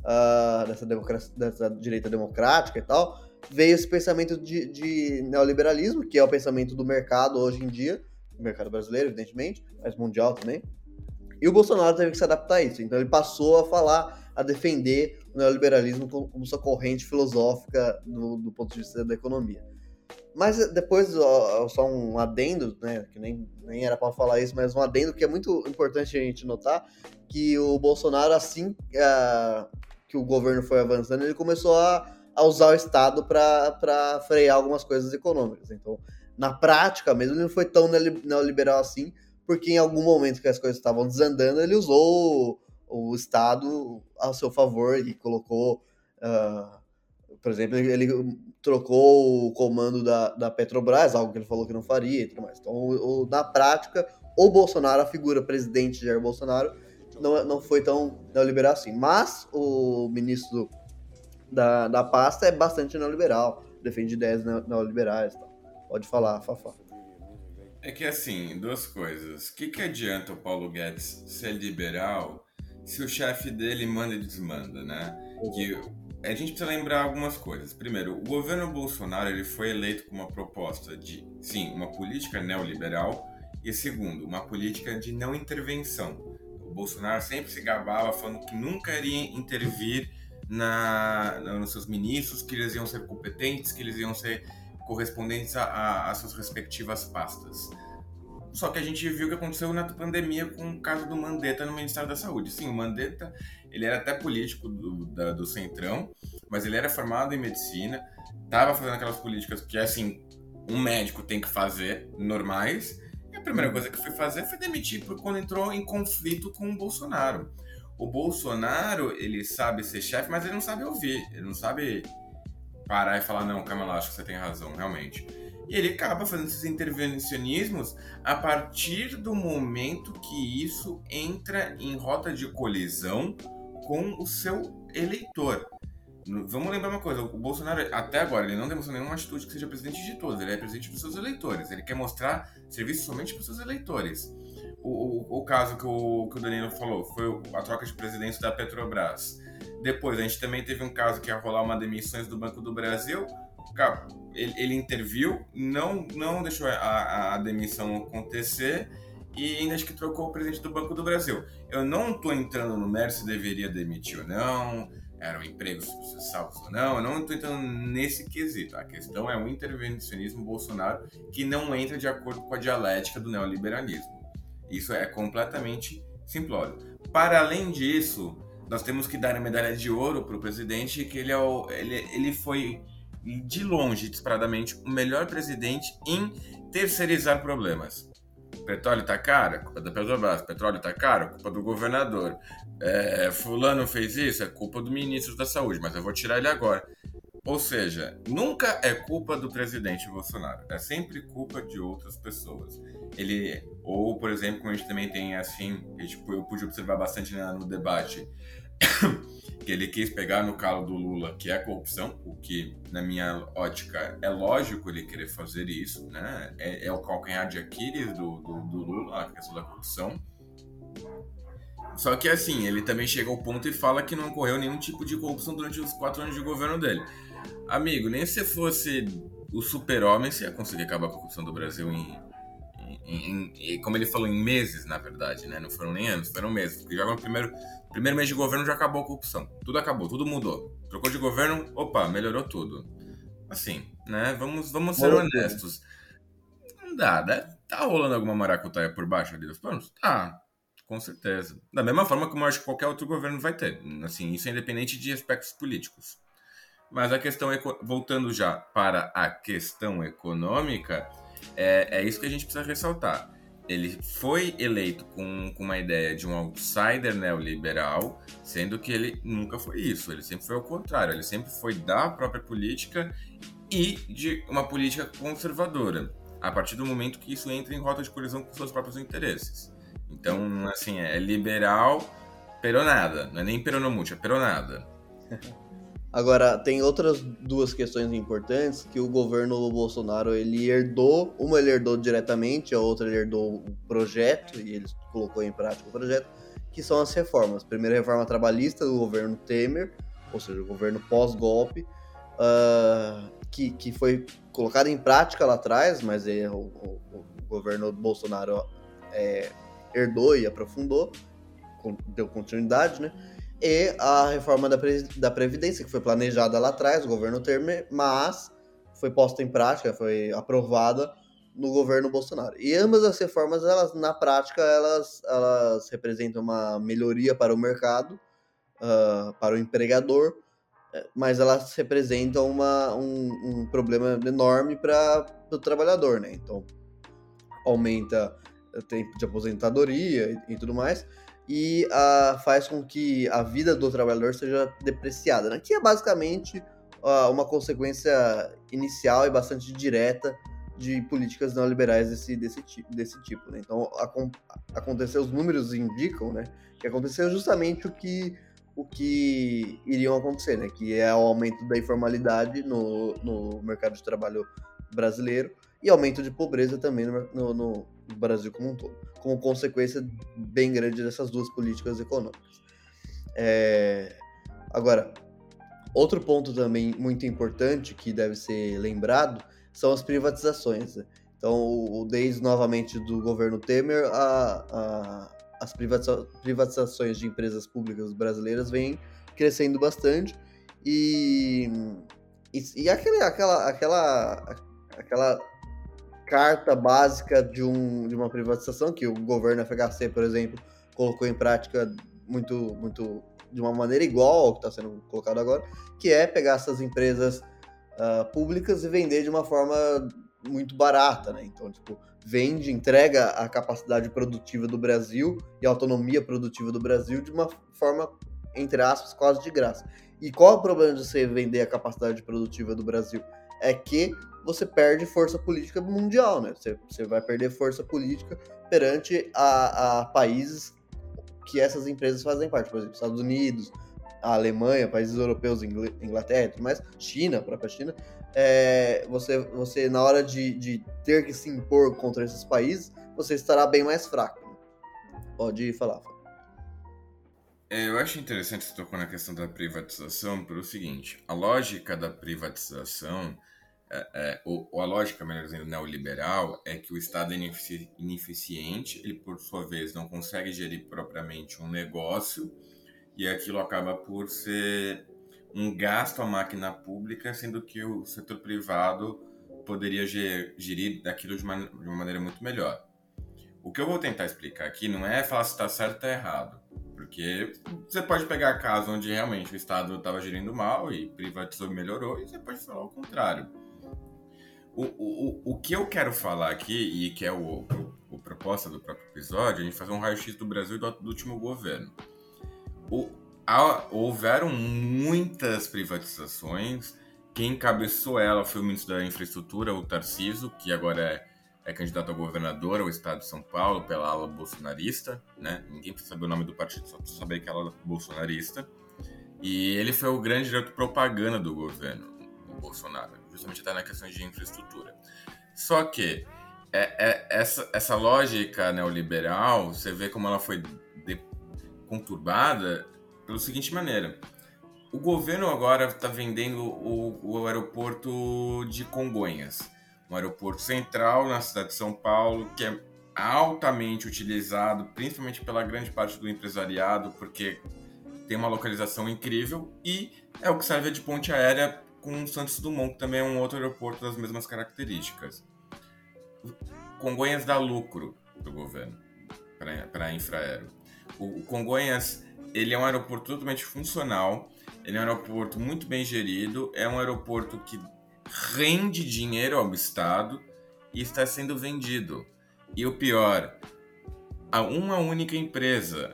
dessa direita democrática e tal, veio esse pensamento de neoliberalismo, que é o pensamento do mercado hoje em dia, do mercado brasileiro, evidentemente, mas mundial também. E o Bolsonaro teve que se adaptar a isso. Então ele passou a defender o neoliberalismo como sua corrente filosófica do ponto de vista da economia. Mas depois, só um adendo, né, que nem era para falar isso, mas um adendo que é muito importante a gente notar, que o Bolsonaro, assim que o governo foi avançando, ele começou a usar o Estado para frear algumas coisas econômicas. Então, na prática mesmo, ele não foi tão neoliberal assim, porque em algum momento que as coisas estavam desandando, ele usou o Estado a seu favor e colocou... por exemplo, ele trocou o comando da Petrobras, algo que ele falou que não faria e tudo mais. Então, na prática, o Bolsonaro, a figura presidente Jair Bolsonaro, não foi tão neoliberal assim. Mas o ministro da pasta é bastante neoliberal, defende ideias neoliberais. Tá? Pode falar, Fafá. É que assim, duas coisas. O que adianta o Paulo Guedes ser liberal se o chefe dele manda e desmanda, né? Que a gente precisa lembrar algumas coisas. Primeiro, o governo Bolsonaro ele foi eleito com uma proposta de, sim, uma política neoliberal e, segundo, uma política de não intervenção. O Bolsonaro sempre se gabava falando que nunca iria intervir nos seus ministros, que eles iam ser competentes, que eles iam ser correspondentes às suas respectivas pastas. Só que a gente viu o que aconteceu na pandemia com o caso do Mandetta no Ministério da Saúde. Sim, o Mandetta, ele era até político do Centrão, mas ele era formado em medicina, estava fazendo aquelas políticas que, assim, um médico tem que fazer, normais, e a primeira coisa que foi fazer foi demitir quando entrou em conflito com o Bolsonaro. O Bolsonaro, ele sabe ser chefe, mas ele não sabe ouvir, ele não sabe parar e falar, não, calma lá, acho que você tem razão, realmente. E ele acaba fazendo esses intervencionismos a partir do momento que isso entra em rota de colisão com o seu eleitor. Vamos lembrar uma coisa, o Bolsonaro, até agora, ele não demonstrou nenhuma atitude que seja presidente de todos, ele é presidente dos seus eleitores, ele quer mostrar serviço somente para os seus eleitores. O caso que o Danilo falou foi a troca de presidente da Petrobras. Depois, a gente também teve um caso que ia rolar uma demissões do Banco do Brasil. Ele interviu, não deixou a demissão acontecer e ainda acho que trocou o presidente do Banco do Brasil. Eu não estou entrando no mérito se deveria demitir ou não, eram empregos salvos ou não, eu não estou entrando nesse quesito. A questão é o intervencionismo Bolsonaro que não entra de acordo com a dialética do neoliberalismo. Isso é completamente simplório. Para além disso, nós temos que dar a medalha de ouro para o presidente, que ele foi, de longe, disparadamente, o melhor presidente em terceirizar problemas. Petróleo tá caro, culpa da Petrobras. Petróleo tá caro, culpa do governador. Fulano fez isso, é culpa do ministro da Saúde, mas eu vou tirar ele agora. Ou seja, nunca é culpa do presidente Bolsonaro, é sempre culpa de outras pessoas. Ou, por exemplo, como a gente também tem assim, eu pude observar bastante no debate, que ele quis pegar no calo do Lula, que é a corrupção, o que, na minha ótica, é lógico ele querer fazer isso, né? É o calcanhar de Aquiles do Lula, a questão da corrupção. Só que, assim, ele também chega ao ponto e fala que não ocorreu nenhum tipo de corrupção durante os 4 anos de governo dele. Amigo, nem se fosse o super-homem você ia conseguir acabar com a corrupção do Brasil como ele falou, em meses, na verdade, né? Não foram nem anos, foram meses. Porque já no primeiro mês de governo já acabou a corrupção. Tudo acabou, tudo mudou. Trocou de governo, opa, melhorou tudo. Assim, né? Vamos ser honestos. Não dá, né? Tá rolando alguma maracutaia por baixo ali dos panos? Tá, com certeza. Da mesma forma como eu acho que qualquer outro governo vai ter. Assim, isso é independente de aspectos políticos. Mas a questão, voltando já para a questão econômica, é isso que a gente precisa ressaltar. Ele foi eleito com uma ideia de um outsider neoliberal, sendo que ele nunca foi isso. Ele sempre foi ao contrário. Ele sempre foi da própria política e de uma política conservadora, a partir do momento que isso entra em rota de colisão com seus próprios interesses. Então, assim, é liberal, peronada. Não é nem peronomútil, é peronada. Agora, tem outras duas questões importantes que o governo Bolsonaro, ele herdou. Uma ele herdou diretamente, a outra ele herdou o projeto, e ele colocou em prática o projeto, que são as reformas. Primeira reforma trabalhista do governo Temer, ou seja, o governo pós-golpe, que foi colocada em prática lá atrás, mas o governo Bolsonaro herdou e aprofundou, deu continuidade, né? E a reforma da Previdência, que foi planejada lá atrás, o governo Temer, mas foi posta em prática, foi aprovada no governo Bolsonaro. E ambas as reformas, elas, na prática, elas representam uma melhoria para o mercado, para o empregador, mas elas representam um problema enorme para o trabalhador, né? Então, aumenta o tempo de aposentadoria e tudo mais, e faz com que a vida do trabalhador seja depreciada, né? Que é basicamente uma consequência inicial e bastante direta de políticas neoliberais desse tipo, né? Então, aconteceu, os números indicam, né, que aconteceu justamente o que iriam acontecer, né? Que é o aumento da informalidade no mercado de trabalho brasileiro e aumento de pobreza também no Brasil como um todo, como consequência bem grande dessas duas políticas econômicas. Agora, outro ponto também muito importante que deve ser lembrado são as privatizações, né? Então, desde novamente do governo Temer, as privatizações de empresas públicas brasileiras vêm crescendo bastante e aquela carta básica de uma privatização que o governo FHC, por exemplo, colocou em prática muito, muito de uma maneira igual ao que está sendo colocado agora, que é pegar essas empresas públicas e vender de uma forma muito barata, né? Então, tipo, entrega a capacidade produtiva do Brasil e a autonomia produtiva do Brasil de uma forma, entre aspas, quase de graça. E qual é o problema de você vender a capacidade produtiva do Brasil? É que você perde força política mundial, né? Você vai perder força política perante a países que essas empresas fazem parte, por exemplo, Estados Unidos, a Alemanha, países europeus, Inglaterra, mas China, a própria China. Você na hora de ter que se impor contra esses países, você estará bem mais fraco. Pode falar. Eu acho interessante você tocar na questão da privatização pelo seguinte: a lógica da privatização, ou a lógica, melhor dizendo, neoliberal, é que o Estado é ineficiente, ele por sua vez não consegue gerir propriamente um negócio e aquilo acaba por ser um gasto à máquina pública, sendo que o setor privado poderia gerir daquilo de uma maneira muito melhor. O que eu vou tentar explicar aqui não é falar se está certo ou está errado, porque você pode pegar casos onde realmente o Estado estava gerindo mal e privatizou e melhorou, e você pode falar o contrário. O que eu quero falar aqui, e que é o proposta do próprio episódio, a gente fazer um raio-x do Brasil e do último governo. Houveram muitas privatizações. Quem encabeçou ela foi o ministro da Infraestrutura, o Tarcísio, que agora é candidato a governador ao estado de São Paulo pela ala bolsonarista, né? Ninguém precisa saber o nome do partido, só precisa saber que ela é bolsonarista. E ele foi o grande diretor de propaganda do governo Bolsonaro, justamente até na questão de infraestrutura. Só que essa lógica neoliberal, você vê como ela foi conturbada pela seguinte maneira. O governo agora está vendendo o aeroporto de Congonhas, um aeroporto central na cidade de São Paulo, que é altamente utilizado, principalmente pela grande parte do empresariado, porque tem uma localização incrível e é o que serve de ponte aérea com o Santos Dumont, que também é um outro aeroporto das mesmas características. Congonhas dá lucro para o governo, para a Infraero. O Congonhas, ele é um aeroporto totalmente funcional, ele é um aeroporto muito bem gerido, é um aeroporto que rende dinheiro ao Estado e está sendo vendido. E o pior, uma única empresa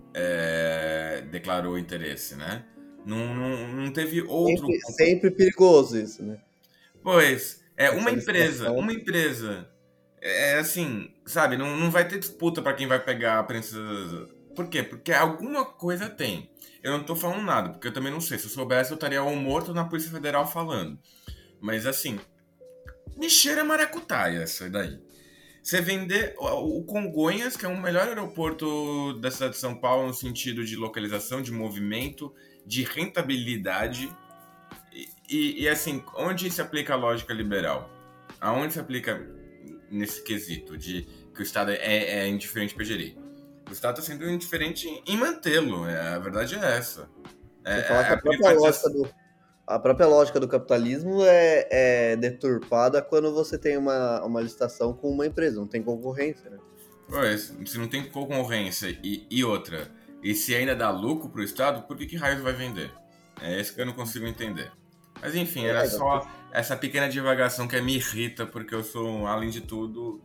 declarou interesse, né? Não teve outro... Sempre perigoso isso, né? Pois, uma empresa, assim, sabe, não vai ter disputa para quem vai pegar a princesa. Por quê? Porque alguma coisa tem. Eu não tô falando nada, porque eu também não sei. Se eu soubesse, eu estaria ou morto na Polícia Federal falando. Mas, assim, me cheira maracutaia essa daí. Você vender o Congonhas, que é o melhor aeroporto da cidade de São Paulo no sentido de localização, de movimento, de rentabilidade. E assim, onde se aplica a lógica liberal? Aonde se aplica nesse quesito de que o Estado é indiferente para gerir? O Estado está sendo indiferente em mantê-lo. A verdade é essa. A própria lógica do capitalismo é deturpada quando você tem uma licitação com uma empresa, não tem concorrência, né? Pois, se não tem concorrência e outra, e se ainda dá lucro para o Estado, por que raios vai vender? É isso que eu não consigo entender. Mas enfim, era só essa pequena divagação que me irrita, porque eu sou, além de tudo,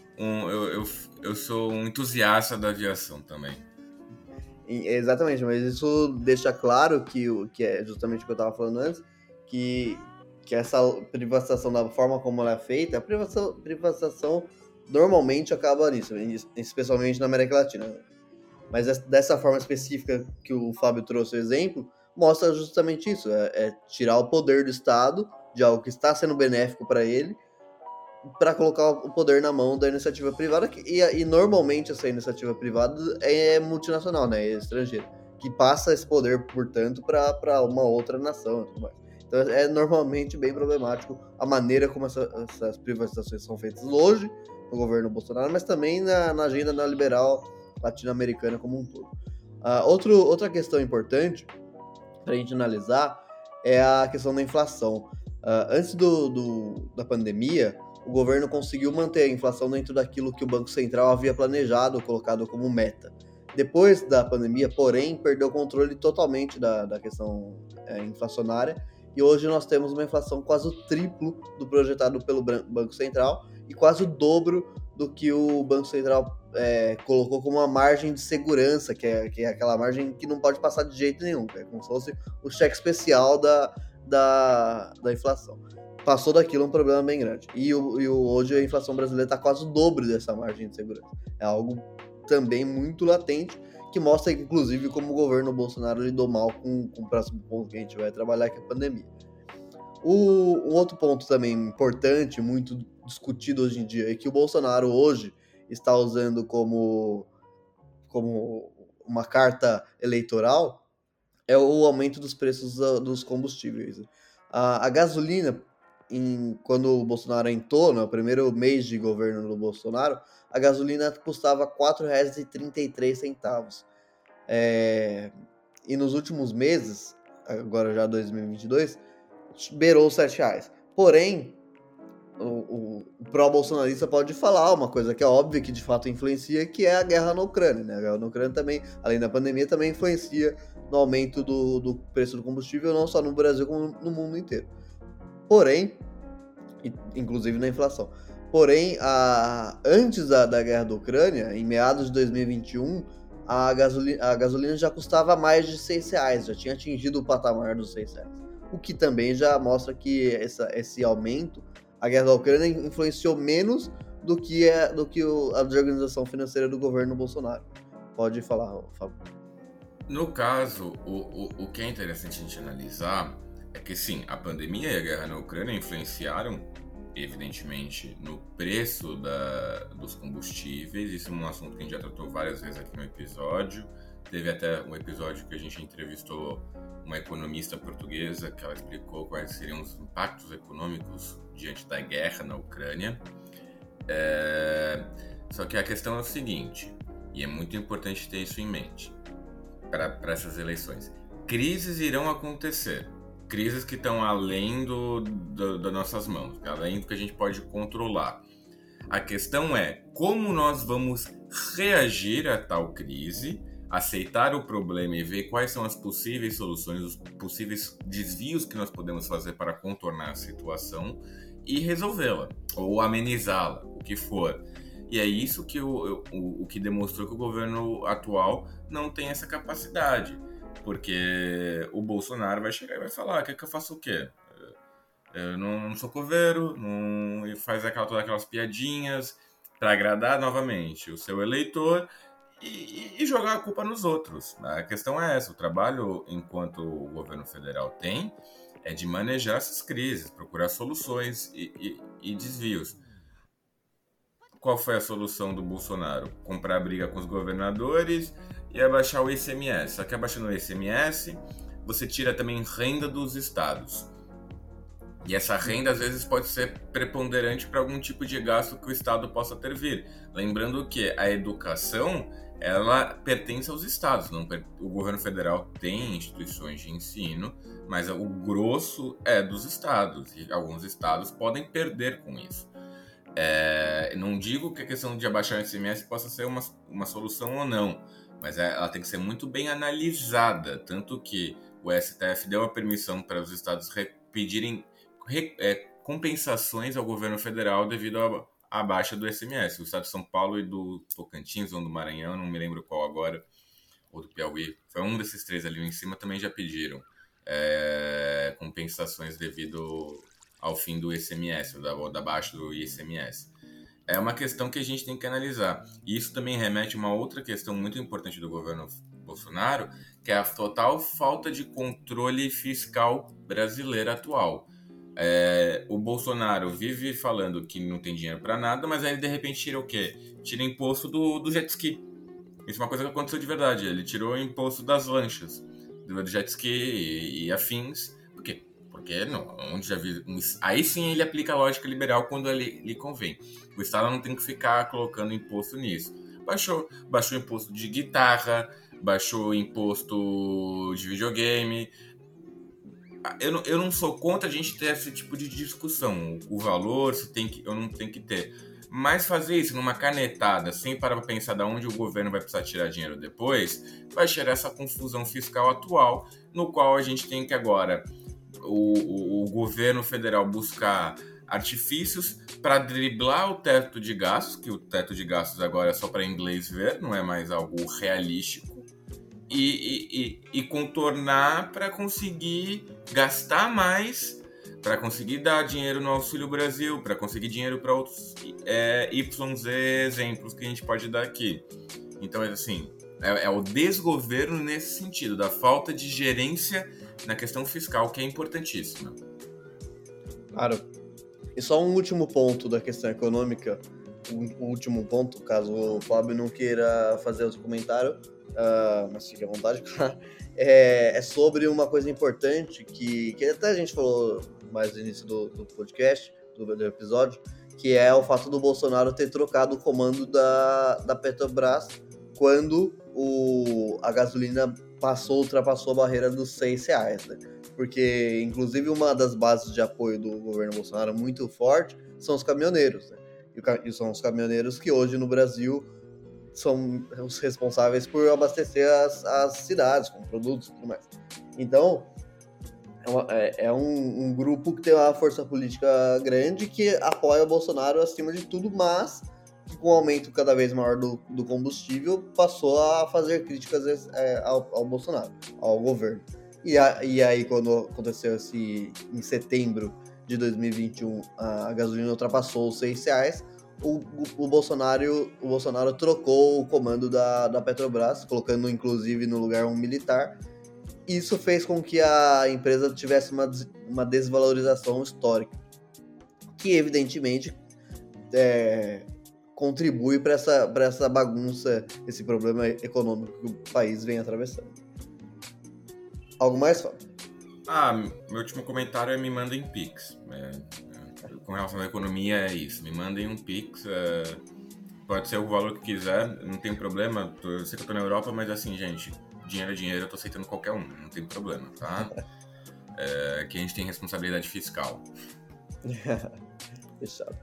eu sou um entusiasta da aviação também. Exatamente, mas isso deixa claro que é justamente o que eu estava falando antes, que essa privatização da forma como ela é feita, a privatização normalmente acaba nisso, especialmente na América Latina. Mas dessa forma específica que o Fábio trouxe o exemplo, mostra justamente isso, é tirar o poder do Estado de algo que está sendo benéfico para ele, para colocar o poder na mão da iniciativa privada, e normalmente essa iniciativa privada é multinacional, né, é estrangeira, que passa esse poder, portanto, para uma outra nação e tudo mais. Então é normalmente bem problemático a maneira como essas privatizações são feitas hoje no governo Bolsonaro, mas também na agenda neoliberal latino-americana como um todo. Outra questão importante para a gente analisar é a questão da inflação. Antes da pandemia, o governo conseguiu manter a inflação dentro daquilo que o Banco Central havia planejado, colocado como meta. Depois da pandemia, porém, perdeu o controle totalmente da questão inflacionária, e hoje nós temos uma inflação quase o triplo do projetado pelo Banco Central e quase o dobro do que o Banco Central colocou como uma margem de segurança, que é aquela margem que não pode passar de jeito nenhum, é como se fosse o cheque especial da inflação. Passou daquilo um problema bem grande. E hoje a inflação brasileira está quase o dobro dessa margem de segurança. É algo também muito latente, que mostra, inclusive, como o governo Bolsonaro lidou mal com o próximo ponto que a gente vai trabalhar, que é a pandemia. Um outro ponto também importante, muito discutido hoje em dia, é que o Bolsonaro hoje está usando como uma carta eleitoral é o aumento dos preços dos combustíveis. A gasolina, quando o Bolsonaro entrou, no primeiro mês de governo do Bolsonaro, a gasolina custava R$ 4,33. E nos últimos meses, agora já 2022, beirou os R$7. Porém, o pró-bolsonarista pode falar uma coisa que é óbvia, que de fato influencia, que é a guerra na Ucrânia, né? A guerra na Ucrânia também, além da pandemia, também influencia no aumento do preço do combustível, não só no Brasil, como no mundo inteiro. Porém, inclusive na inflação. Porém, antes da guerra da Ucrânia, em meados de 2021, a gasolina já custava mais de R$ 6, já tinha atingido o patamar dos R$ 6. O que também já mostra que esse aumento, a guerra da Ucrânia influenciou menos do que a desorganização financeira do governo Bolsonaro. Pode falar, Fábio. No caso, o que é interessante a gente analisar é que, sim, a pandemia e a guerra na Ucrânia influenciaram, evidentemente, no preço dos combustíveis. Isso é um assunto que a gente já tratou várias vezes aqui no episódio. Teve até um episódio que a gente entrevistou uma economista portuguesa que ela explicou quais seriam os impactos econômicos diante da guerra na Ucrânia. Só que a questão é o seguinte, e é muito importante ter isso em mente para essas eleições. Crises irão acontecer. Crises que estão além das nossas mãos, além do que a gente pode controlar. A questão é como nós vamos reagir a tal crise, aceitar o problema e ver quais são as possíveis soluções, os possíveis desvios que nós podemos fazer para contornar a situação e resolvê-la, ou amenizá-la, o que for. E é isso que o que demonstrou que o governo atual não tem essa capacidade. Porque o Bolsonaro vai chegar e vai falar, quer que eu faça o quê? Eu não sou coveiro, não faz todas aquelas piadinhas para agradar novamente o seu eleitor e jogar a culpa nos outros. A questão é essa, o trabalho enquanto o governo federal tem é de manejar essas crises, procurar soluções e desvios. Qual foi a solução do Bolsonaro? Comprar briga com os governadores e abaixar o ICMS. Só que abaixando o ICMS, você tira também renda dos estados. E essa renda, às vezes, pode ser preponderante para algum tipo de gasto que o estado possa ter vir. Lembrando que a educação, ela pertence aos estados. O governo federal tem instituições de ensino, mas o grosso é dos estados. E alguns estados podem perder com isso. Não digo que a questão de abaixar o ICMS possa ser uma solução ou não, mas ela tem que ser muito bem analisada, tanto que o STF deu a permissão para os estados pedirem compensações ao governo federal devido à baixa do ICMS. O estado de São Paulo e do Tocantins ou do Maranhão, não me lembro qual agora, ou do Piauí, foi um desses três ali em cima, também já pediram compensações devido ao fim do ICMS, da baixa do ICMS. É uma questão que a gente tem que analisar. E isso também remete a uma outra questão muito importante do governo Bolsonaro, que é a total falta de controle fiscal brasileiro atual. O Bolsonaro vive falando que não tem dinheiro para nada, mas aí de repente tira o quê? Tira imposto do jet ski. Isso é uma coisa que aconteceu de verdade. Ele tirou o imposto das lanchas, do jet ski e afins. Por quê? Porque não, onde já vi, aí sim ele aplica a lógica liberal quando lhe convém. O Estado não tem que ficar colocando imposto nisso. Baixou o imposto de guitarra, baixou o imposto de videogame. Eu não sou contra a gente ter esse tipo de discussão. O valor, se tem que ou não tem que ter. Mas fazer isso numa canetada, sem parar para pensar de onde o governo vai precisar tirar dinheiro depois, vai gerar essa confusão fiscal atual, no qual a gente tem que agora o governo federal buscar artifícios para driblar o teto de gastos, que o teto de gastos agora é só para inglês ver, não é mais algo realístico, e contornar para conseguir gastar mais, para conseguir dar dinheiro no Auxílio Brasil, para conseguir dinheiro para outros YZ exemplos que a gente pode dar aqui. Então, assim, é o desgoverno nesse sentido, da falta de gerência na questão fiscal, que é importantíssima. Claro. E só um último ponto da questão econômica, um último ponto, caso o Fábio não queira fazer outro comentário, mas fique à vontade, claro, é sobre uma coisa importante que até a gente falou mais no início do podcast, do episódio, que é o fato do Bolsonaro ter trocado o comando da Petrobras quando a gasolina ultrapassou a barreira dos R$6, né? Porque, inclusive, uma das bases de apoio do governo Bolsonaro muito forte são os caminhoneiros, né? E são os caminhoneiros que hoje no Brasil são os responsáveis por abastecer as cidades com produtos e tudo mais. Então, um grupo que tem uma força política grande que apoia o Bolsonaro acima de tudo, mas que com o aumento cada vez maior do combustível passou a fazer críticas ao Bolsonaro, ao governo. E aí, quando aconteceu em setembro de 2021, a gasolina ultrapassou os R$6, o Bolsonaro trocou o comando da Petrobras, colocando inclusive no lugar um militar. Isso fez com que a empresa tivesse uma desvalorização histórica, que evidentemente contribui para essa bagunça, esse problema econômico que o país vem atravessando. Algo mais, Fábio? Meu último comentário é me mandem Pix. Com relação à economia é isso, me mandem um Pix, pode ser o valor que quiser, não tem problema, eu sei que eu tô na Europa, mas assim, gente, dinheiro é dinheiro, eu tô aceitando qualquer um, não tem problema, tá? Que a gente tem responsabilidade fiscal. Fechado.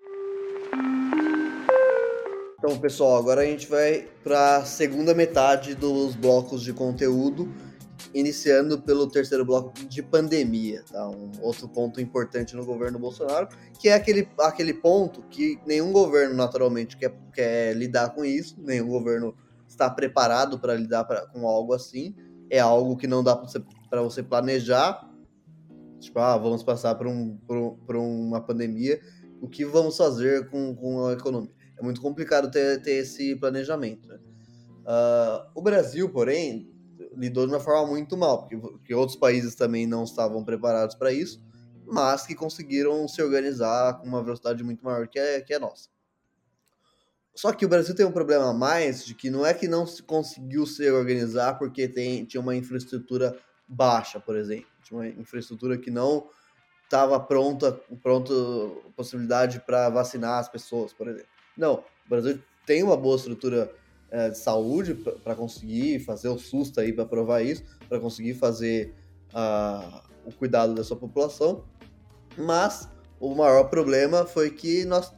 Então, pessoal, agora a gente vai para a segunda metade dos blocos de conteúdo, iniciando pelo terceiro bloco de pandemia, tá? Um outro ponto importante no governo Bolsonaro, que é aquele ponto que nenhum governo naturalmente quer lidar com isso, nenhum governo está preparado para lidar com algo assim, é algo que não dá para você planejar, tipo, vamos passar por uma pandemia, o que vamos fazer com a economia? É muito complicado ter esse planejamento, né? O Brasil, porém, lidou de uma forma muito mal, porque outros países também não estavam preparados para isso, mas que conseguiram se organizar com uma velocidade muito maior que a nossa. Só que o Brasil tem um problema a mais, de que não é que não se conseguiu se organizar porque tinha uma infraestrutura baixa, por exemplo. Tinha uma infraestrutura que não estava pronta possibilidade para vacinar as pessoas, por exemplo. Não, o Brasil tem uma boa estrutura de saúde para conseguir fazer o SUS aí para provar isso, para conseguir fazer o cuidado da sua população, mas o maior problema foi que nós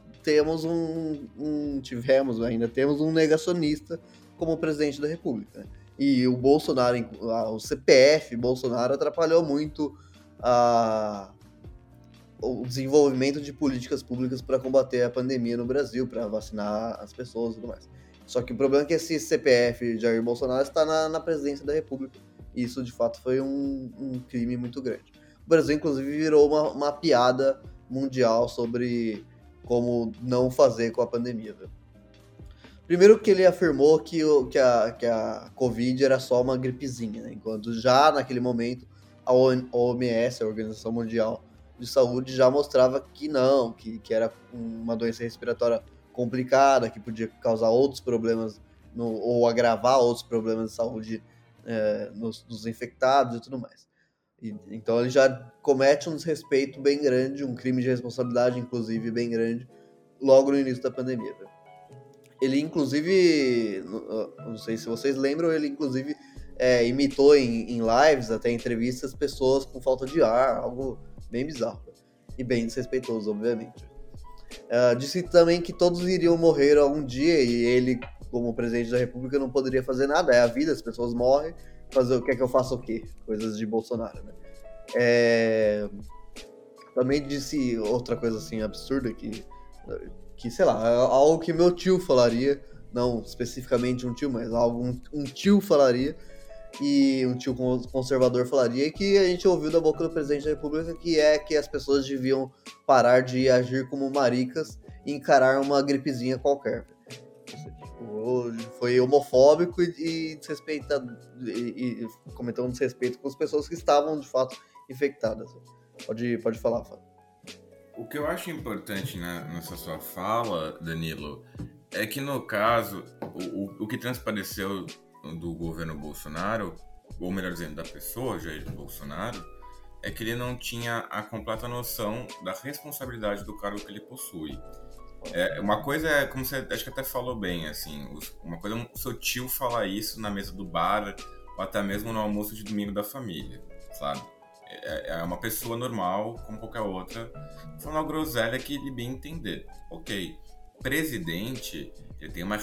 ainda temos um negacionista como presidente da República, né? E o Bolsonaro, o CPF Bolsonaro atrapalhou muito o desenvolvimento de políticas públicas para combater a pandemia no Brasil, para vacinar as pessoas e tudo mais. Só que o problema é que esse CPF Jair Bolsonaro está na presidência da República. E isso, de fato, foi um crime muito grande. O Brasil, inclusive, virou uma piada mundial sobre como não fazer com a pandemia, viu? Primeiro que ele afirmou que a Covid era só uma gripezinha, né? Enquanto já naquele momento a OMS, a Organização Mundial de Saúde, já mostrava que não, que era uma doença respiratória complicada, que podia causar outros problemas ou agravar outros problemas de saúde nos infectados e tudo mais. Então ele já comete um desrespeito bem grande, um crime de responsabilidade, inclusive, bem grande, logo no início da pandemia. Viu? Ele, inclusive, não sei se vocês lembram, ele, inclusive, imitou em lives, até entrevistas, pessoas com falta de ar, algo bem bizarro. E bem desrespeitoso, obviamente. Disse também que todos iriam morrer algum dia e ele, como presidente da República, não poderia fazer nada. É a vida, as pessoas morrem. Quer que eu faça o quê? Coisas de Bolsonaro, né? Também disse outra coisa assim absurda que sei lá, algo que meu tio falaria, não especificamente um tio, mas algo um tio falaria, e um tio conservador falaria, que a gente ouviu da boca do presidente da República, que é que as pessoas deviam parar de agir como maricas e encarar uma gripezinha qualquer. Foi homofóbico e cometeu um desrespeito com as pessoas que estavam de fato infectadas. Pode falar, Fábio. O que eu acho importante nessa sua fala, Danilo, é que no caso, o que transpareceu do governo Bolsonaro, ou melhor dizendo, da pessoa Jair Bolsonaro, é que ele não tinha a completa noção da responsabilidade do cargo que ele possui. Uma coisa é, como você acho que até falou bem, assim, uma coisa é o seu tio falar isso na mesa do bar, ou até mesmo no almoço de domingo da família, sabe? É uma pessoa normal, como qualquer outra, falando uma groselha que ele bem entender. Ok, presidente, ele tem uma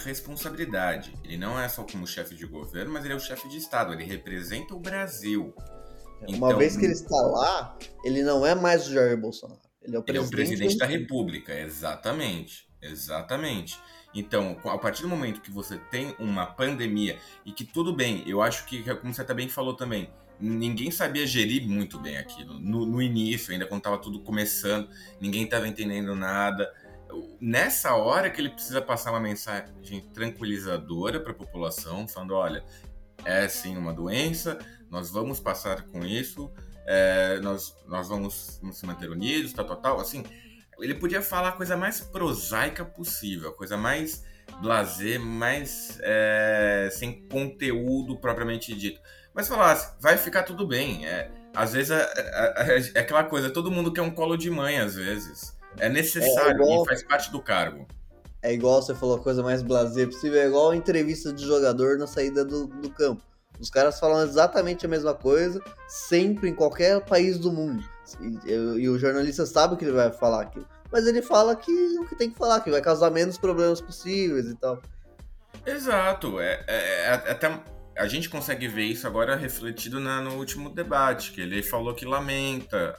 responsabilidade. Ele não é só como chefe de governo, mas ele é o chefe de Estado. Ele representa o Brasil. Uma Então, vez que ele está lá, ele não é mais o Jair Bolsonaro. Ele é o ele é o presidente presidente da República. República, exatamente. Exatamente. Então, a partir do momento que você tem uma pandemia e que tudo bem, eu acho que, como você também falou também, ninguém sabia gerir muito bem aquilo. No início, ainda quando estava tudo começando, ninguém estava entendendo nada. Nessa hora que ele precisa passar uma mensagem tranquilizadora para a população, falando, olha, é sim uma doença, nós vamos passar com isso, nós vamos se manter unidos, tal, assim, ele podia falar a coisa mais prosaica possível, a coisa mais blasé, mais sem conteúdo propriamente dito. Mas falasse, vai ficar tudo bem. Às vezes é aquela coisa, todo mundo quer um colo de mãe, às vezes. É necessário e faz parte do cargo. É igual você falou, a coisa mais blasé possível, é igual a entrevista de jogador na saída do campo. Os caras falam exatamente a mesma coisa, sempre, em qualquer país do mundo. E o jornalista sabe que ele vai falar aquilo. Mas ele fala que o que tem que falar, que vai causar menos problemas possíveis e tal. Exato. Até a gente consegue ver isso agora refletido no último debate, que ele falou que lamenta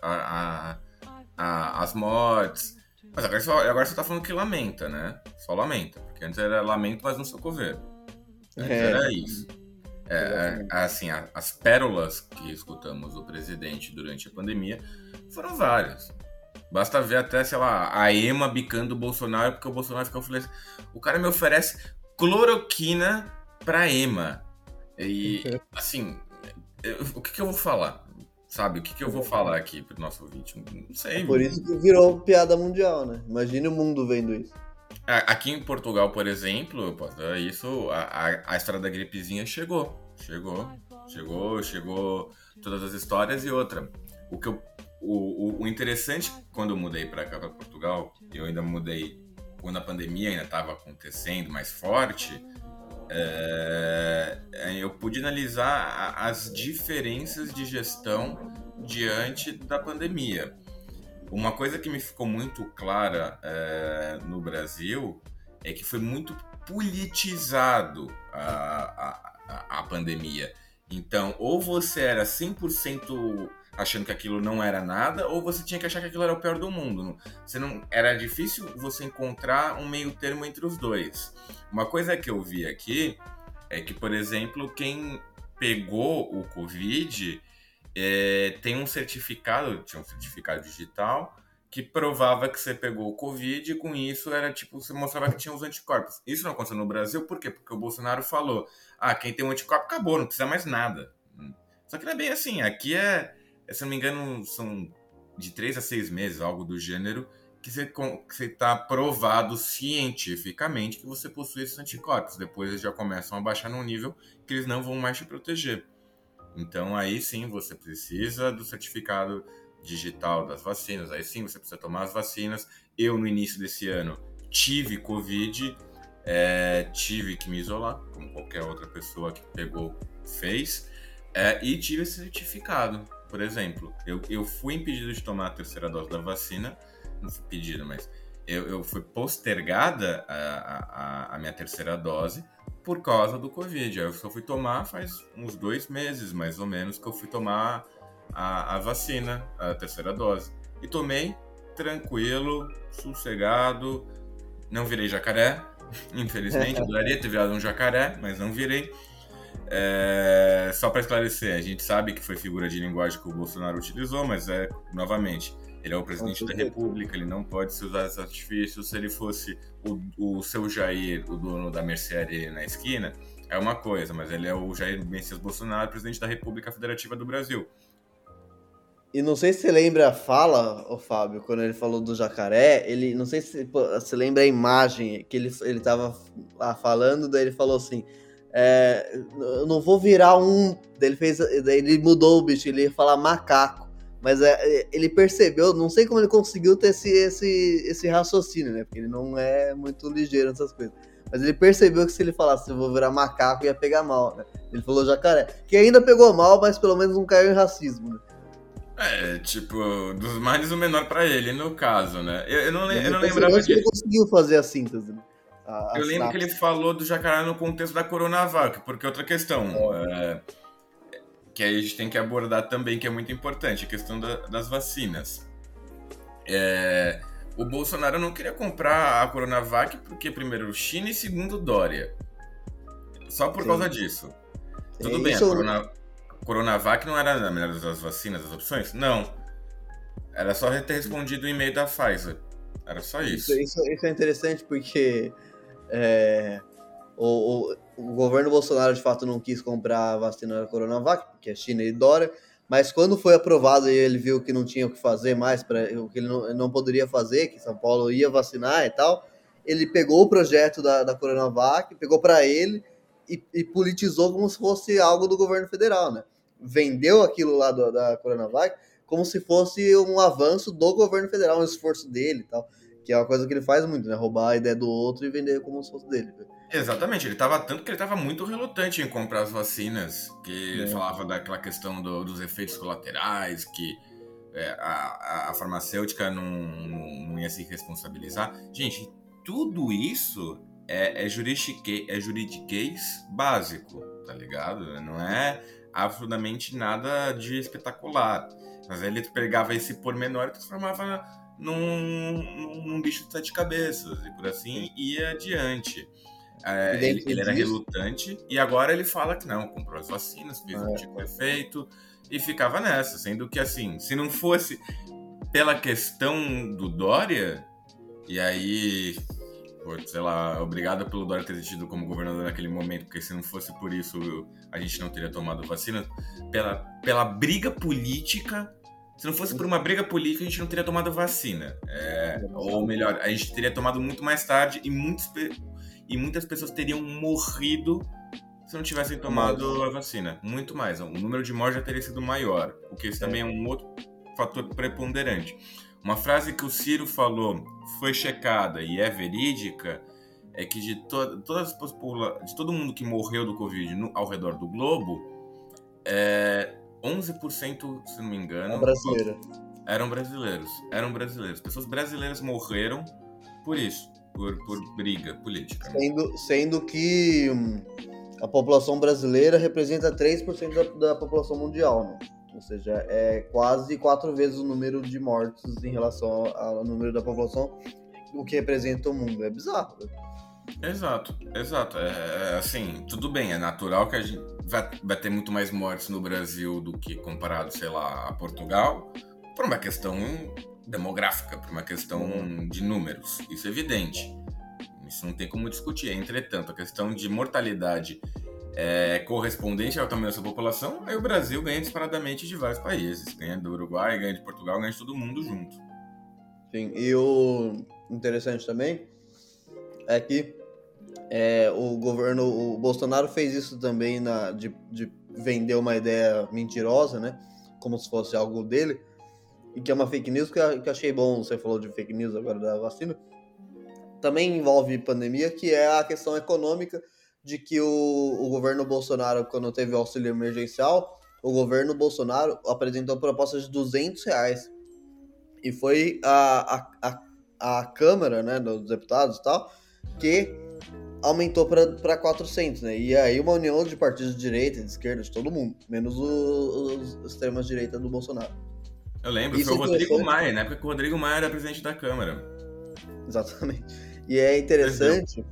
as mortes. Mas agora você tá falando que lamenta, né? Só lamenta. Porque antes era lamento, mas não socorrer. Antes era isso. Assim, as pérolas que escutamos do presidente durante a pandemia foram várias. Basta ver até, sei lá, a Ema bicando o Bolsonaro, porque o Bolsonaro ficou falando assim, o cara me oferece cloroquina pra Ema. E, assim, o que eu vou falar? Sabe, o que eu vou falar aqui pro nosso ouvinte? Não sei. Por isso que virou piada mundial, né? Imagine o mundo vendo isso. Aqui em Portugal, por exemplo, isso, a história da gripezinha chegou todas as histórias e outra. O interessante, quando eu mudei para cá, para Portugal, eu ainda mudei quando a pandemia ainda estava acontecendo mais forte, eu pude analisar as diferenças de gestão diante da pandemia. Uma coisa que me ficou muito clara no Brasil é que foi muito politizado a pandemia. Então, ou você era 100% achando que aquilo não era nada, ou você tinha que achar que aquilo era o pior do mundo. Era difícil você encontrar um meio termo entre os dois. Uma coisa que eu vi aqui é que, por exemplo, quem pegou o Covid tinha um certificado digital que provava que você pegou o Covid e com isso era tipo, você mostrava que tinha os anticorpos. Isso não aconteceu no Brasil, por quê? Porque o Bolsonaro falou, quem tem um anticorpo acabou, não precisa mais nada. Só que não é bem assim, aqui se não me engano, são de 3 a 6 meses, algo do gênero, que você está provado cientificamente que você possui esses anticorpos. Depois eles já começam a baixar num nível que eles não vão mais te proteger. Então aí sim você precisa do certificado digital das vacinas, aí sim você precisa tomar as vacinas. Eu no início desse ano tive Covid, tive que me isolar, como qualquer outra pessoa que pegou fez, e tive esse certificado. Por exemplo, eu fui impedido de tomar a terceira dose da vacina, não fui pedido, mas eu fui postergada a minha terceira dose por causa do Covid. Eu só fui tomar faz uns 2 meses, mais ou menos, que eu fui tomar a vacina, a terceira dose. E tomei tranquilo, sossegado, não virei jacaré, infelizmente. Eu adoraria ter virado um jacaré, mas não virei. Só para esclarecer, a gente sabe que foi figura de linguagem que o Bolsonaro utilizou, mas novamente, ele é o presidente da República, ele não pode se usar esses artifícios. Se ele fosse o seu Jair, o dono da mercearia na esquina, é uma coisa, mas ele é o Jair Messias Bolsonaro, presidente da República Federativa do Brasil. E não sei se você lembra a fala, Fábio, quando ele falou do jacaré, não sei se você lembra a imagem que ele tava falando, daí ele falou assim, eu não vou virar daí ele mudou o bicho, ele ia falar macaco, mas ele percebeu, não sei como ele conseguiu ter esse raciocínio, né, porque ele não é muito ligeiro nessas coisas, mas ele percebeu que se ele falasse eu vou virar macaco ia pegar mal, né, ele falou jacaré, que ainda pegou mal, mas pelo menos não caiu em racismo, né. Dos males o menor pra ele, no caso, né? Eu não lembrava disso. Ele conseguiu fazer a síntese, né? Eu lembro que ele falou do jacaré no contexto da Coronavac, porque outra questão, que aí a gente tem que abordar também, que é muito importante, a questão das vacinas. O Bolsonaro não queria comprar a Coronavac porque, primeiro, China e segundo, Dória. Só por causa disso. Tudo bem, a Coronavac não era a melhor das vacinas, das opções? Não. Era só ter respondido o e-mail da Pfizer. Era só isso. Isso é interessante porque o governo Bolsonaro, de fato, não quis comprar a vacina da Coronavac, porque é China e Dória, mas quando foi aprovado e ele viu que não tinha o que fazer mais, o que ele não poderia fazer, que São Paulo ia vacinar e tal, ele pegou o projeto da Coronavac, pegou para ele e politizou como se fosse algo do governo federal, né? Vendeu aquilo lá da Coronavac como se fosse um avanço do governo federal, um esforço dele e tal, que é uma coisa que ele faz muito, né? Roubar a ideia do outro e vender como se fosse dele. Exatamente, tanto que ele estava muito relutante em comprar as vacinas, que ele falava daquela questão dos efeitos colaterais, que a farmacêutica não ia se responsabilizar. Gente, tudo isso é juridiquês básico, tá ligado? Não é absolutamente nada de espetacular. Mas aí ele pegava esse pormenor e transformava num bicho de 7 cabeças, e por assim ia adiante. Ele era relutante e agora ele fala que não, comprou as vacinas, fez um tipo de efeito e ficava nessa, sendo que assim, se não fosse pela questão do Dória, e aí, sei lá, obrigado pelo Dória ter tido como governador naquele momento, porque se não fosse por isso a gente não teria tomado vacina, pela briga política. Se não fosse por uma briga política, a gente não teria tomado vacina. Ou melhor, a gente teria tomado muito mais tarde e muitas pessoas teriam morrido se não tivessem tomado a vacina. Muito mais. O número de mortes já teria sido maior, o que esse também é um outro fator preponderante. Uma frase que o Ciro falou, foi checada e é verídica, é que de todo mundo que morreu do Covid ao redor do globo, 11%, se não me engano, eram brasileiros. Pessoas brasileiras morreram por isso. Por briga política. Sendo que a população brasileira representa 3% da população mundial, né? Ou seja, é quase 4 vezes o número de mortes em relação ao número da população, o que representa o mundo. É bizarro, né? Exato. Assim, tudo bem, é natural que a gente vai ter muito mais mortes no Brasil do que comparado, sei lá, a Portugal, por uma questão demográfica, por uma questão de números. Isso é evidente. Isso não tem como discutir. Entretanto, a questão de mortalidade correspondente ao tamanho da sua população, aí o Brasil ganha disparadamente de vários países. Ganha do Uruguai, ganha de Portugal, ganha de todo mundo junto. Sim, e o interessante também é que o Bolsonaro fez isso também de vender uma ideia mentirosa, né? Como se fosse algo dele. E que é uma fake news, que eu achei bom, você falou de fake news agora da vacina, também envolve pandemia, que é a questão econômica de que o governo Bolsonaro, quando teve o auxílio emergencial, o governo Bolsonaro apresentou propostas de R$200. E foi a Câmara, né, dos deputados e tal, que aumentou para 400, né? E aí uma união de partidos de direita, de esquerda, de todo mundo, menos os extremas direita do Bolsonaro. Eu lembro, foi o Rodrigo Maia, na época que o Rodrigo Maia era presidente da Câmara. Exatamente. E é interessante,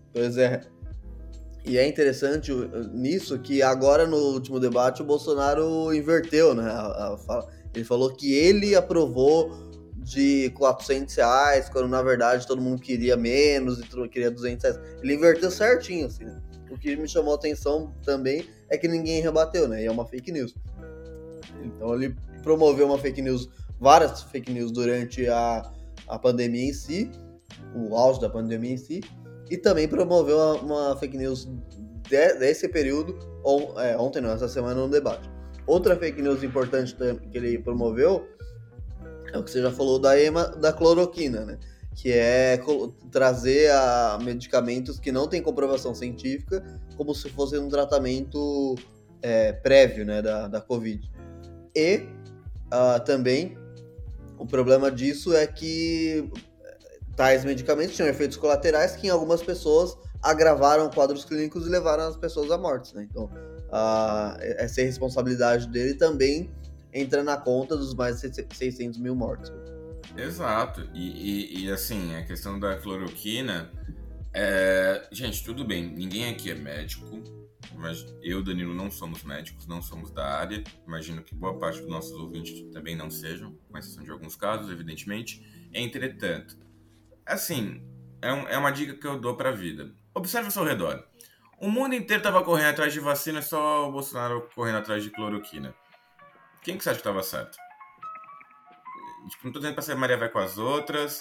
e é interessante nisso que agora no último debate o Bolsonaro inverteu, né? Ele falou que ele aprovou de R$400, quando na verdade todo mundo queria menos e queria R$200. Ele inverteu certinho, assim, né? O que me chamou a atenção também é que ninguém rebateu, né? E é uma fake news. Então ele promoveu uma fake news, várias fake news durante a pandemia em si, o auge da pandemia em si, e também promoveu uma fake news desse período, ontem não, essa semana no debate. Outra fake news importante que ele promoveu é o que você já falou da cloroquina, né? Que é trazer medicamentos que não têm comprovação científica como se fosse um tratamento prévio, né, da Covid. E também o problema disso é que tais medicamentos tinham efeitos colaterais que em algumas pessoas agravaram quadros clínicos e levaram as pessoas à morte, né? Então, essa irresponsabilidade dele também entra na conta dos mais de 600 mil mortos. Exato. E assim, a questão da cloroquina... gente, tudo bem. Ninguém aqui é médico. Mas eu, Danilo, não somos médicos, não somos da área. Imagino que boa parte dos nossos ouvintes também não sejam, com exceção de alguns casos, evidentemente. Entretanto, assim, é uma dica que eu dou pra vida. Observe ao seu redor. O mundo inteiro estava correndo atrás de vacina, só o Bolsonaro correndo atrás de cloroquina. Quem que você acha que estava certo? Tipo, não tô dizendo pra ser Maria vai com as outras,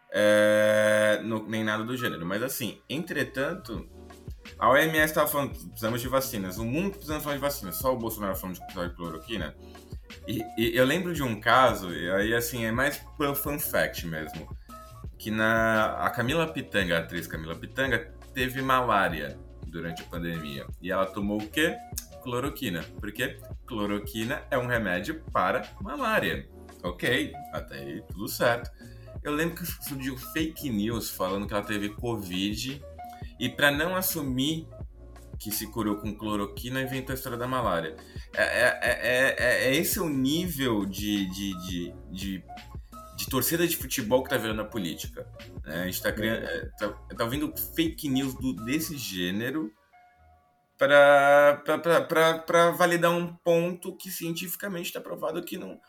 nem nada do gênero. Mas assim, entretanto, a OMS estava falando que precisamos de vacinas. O mundo precisando falar de vacinas. Só o Bolsonaro falando de precisar de cloroquina. E eu lembro de um caso, e aí assim, é mais pelo fun fact mesmo. Que a Camila Pitanga, a atriz Camila Pitanga, teve malária durante a pandemia. E ela tomou o quê? Cloroquina. Porque cloroquina é um remédio para malária. Ok, até aí tudo certo. Eu lembro que surgiu fake news falando que ela teve Covid e para não assumir que se curou com cloroquina, inventou a história da malária. Esse o nível de torcida de futebol que tá virando a política. Né? A gente tá criando, tá ouvindo fake news desse gênero para validar um ponto que cientificamente está provado que não,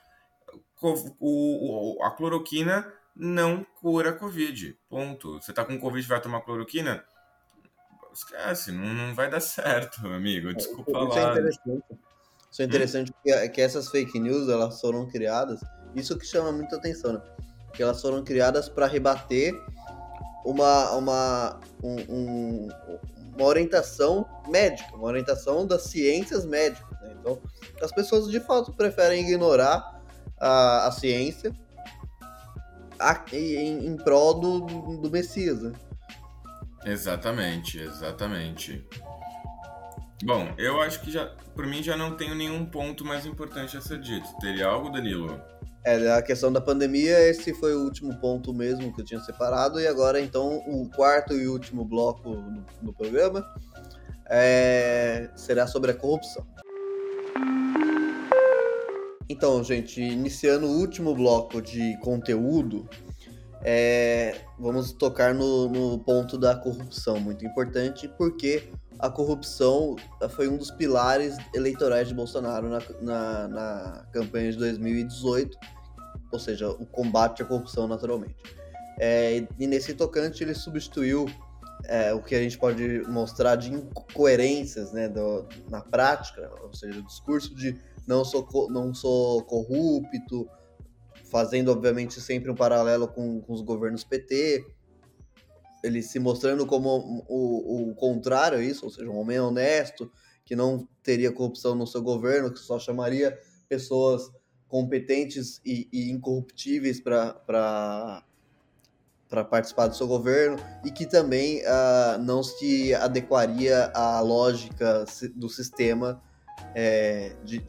a cloroquina não cura a Covid. Ponto. Você tá com Covid e vai tomar cloroquina? Esquece, não vai dar certo, amigo. Desculpa Isso lá. Isso é interessante porque essas fake news, elas foram criadas, isso que chama muita atenção, né? Que elas foram criadas para rebater uma orientação médica, uma orientação das ciências médicas, né? Então, as pessoas de fato preferem ignorar a ciência em prol do Messias, né? Exatamente. Bom, eu acho que por mim já não tenho nenhum ponto mais importante a ser dito. Teria algo, Danilo? A questão da pandemia, esse foi o último ponto mesmo que eu tinha separado, e agora então o quarto e último bloco do programa será sobre a corrupção. Então, gente, iniciando o último bloco de conteúdo, vamos tocar no ponto da corrupção, muito importante, porque a corrupção foi um dos pilares eleitorais de Bolsonaro na campanha de 2018, ou seja, o combate à corrupção naturalmente. E nesse tocante ele substituiu o que a gente pode mostrar de incoerências, né, na prática, ou seja, o discurso de não sou corrupto, fazendo obviamente sempre um paralelo com os governos PT, ele se mostrando como o contrário a isso, ou seja, um homem honesto, que não teria corrupção no seu governo, que só chamaria pessoas competentes e incorruptíveis para participar do seu governo, e que também não se adequaria à lógica do sistema de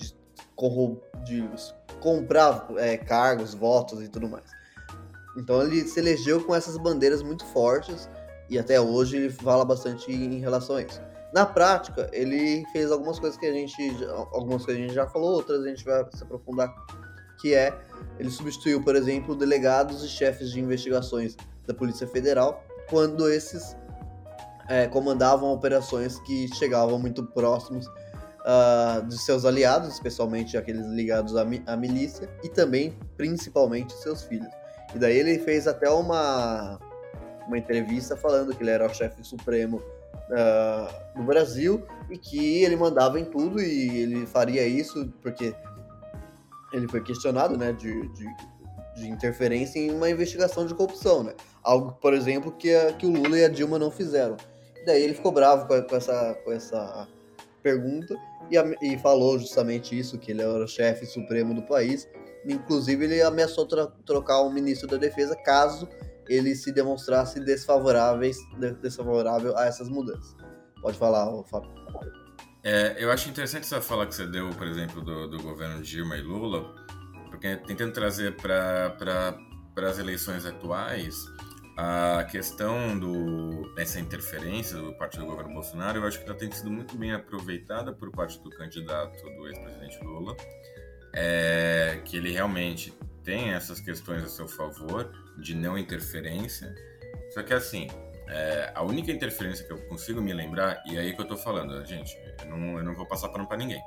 comprar cargos, votos e tudo mais. Então ele se elegeu com essas bandeiras muito fortes e até hoje ele fala bastante em relação a isso. Na prática, ele fez algumas coisas que a gente já falou, outras a gente vai se aprofundar, que ele substituiu, por exemplo, delegados e chefes de investigações da Polícia Federal quando esses comandavam operações que chegavam muito próximos de seus aliados, especialmente aqueles ligados à milícia, e também, principalmente, seus filhos. E daí ele fez até uma entrevista falando que ele era o chefe supremo do Brasil e que ele mandava em tudo, e ele faria isso porque ele foi questionado, né, de interferência em uma investigação de corrupção, né? Algo, por exemplo, que o Lula e a Dilma não fizeram. E daí ele ficou bravo com essa pergunta e falou justamente isso, que ele era o chefe supremo do país. Inclusive, ele ameaçou trocar o ministro da Defesa caso ele se demonstrasse desfavorável a essas mudanças. Pode falar, Fábio. Eu acho interessante essa fala que você deu, por exemplo, do governo Dilma e Lula, porque tentando trazer para as eleições atuais, a questão dessa interferência do partido do governo Bolsonaro, eu acho que ela tem sido muito bem aproveitada por parte do candidato do ex-presidente Lula, que ele realmente tem essas questões a seu favor de não interferência. Só que assim, a única interferência que eu consigo me lembrar, e é aí que eu tô falando, gente, eu não vou passar pano pra ninguém,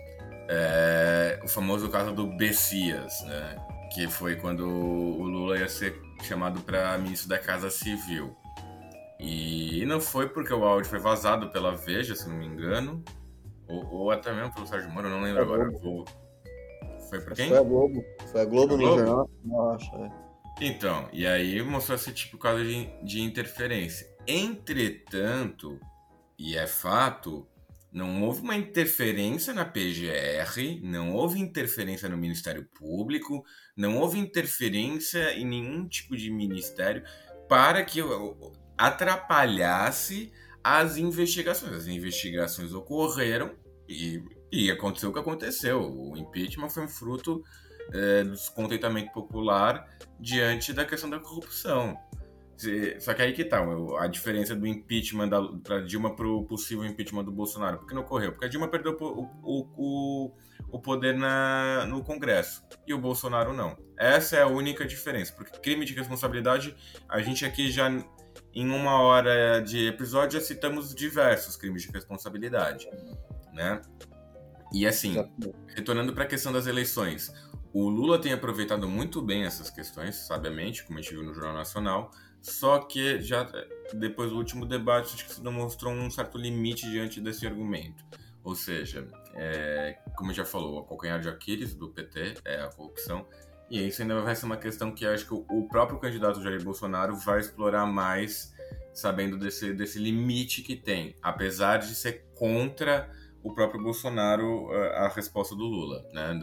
o famoso caso do Bessias, né? Que foi quando o Lula ia ser chamado para ministro da Casa Civil. E não foi porque o áudio foi vazado pela Veja, se não me engano, ou até mesmo pelo Sérgio Moro, eu não lembro agora. Foi por quem? Foi a Globo. Foi a Globo no jornal, eu acho. Então, e aí mostrou esse tipo de caso de interferência. Entretanto, e é fato, não houve uma interferência na PGR, não houve interferência no Ministério Público, não houve interferência em nenhum tipo de ministério para que atrapalhasse as investigações. As investigações ocorreram e aconteceu o que aconteceu. O impeachment foi um fruto do descontentamento popular diante da questão da corrupção. Só que aí que tá a diferença do impeachment da Dilma pro possível impeachment do Bolsonaro. Por que não ocorreu? Porque a Dilma perdeu o poder no Congresso e o Bolsonaro não. Essa é a única diferença. Porque crime de responsabilidade, a gente aqui já, em 1 hora de episódio, já citamos diversos crimes de responsabilidade, né? E assim, retornando para a questão das eleições, o Lula tem aproveitado muito bem essas questões, sabiamente, como a gente viu no Jornal Nacional, só que já depois do último debate acho que se demonstrou um certo limite diante desse argumento. Ou seja, como já falou, o calcanhar de Aquiles do PT é a corrupção, e isso ainda vai ser uma questão que acho que o próprio candidato Jair Bolsonaro vai explorar mais, sabendo desse limite que tem, apesar de ser contra o próprio Bolsonaro a resposta do Lula, né,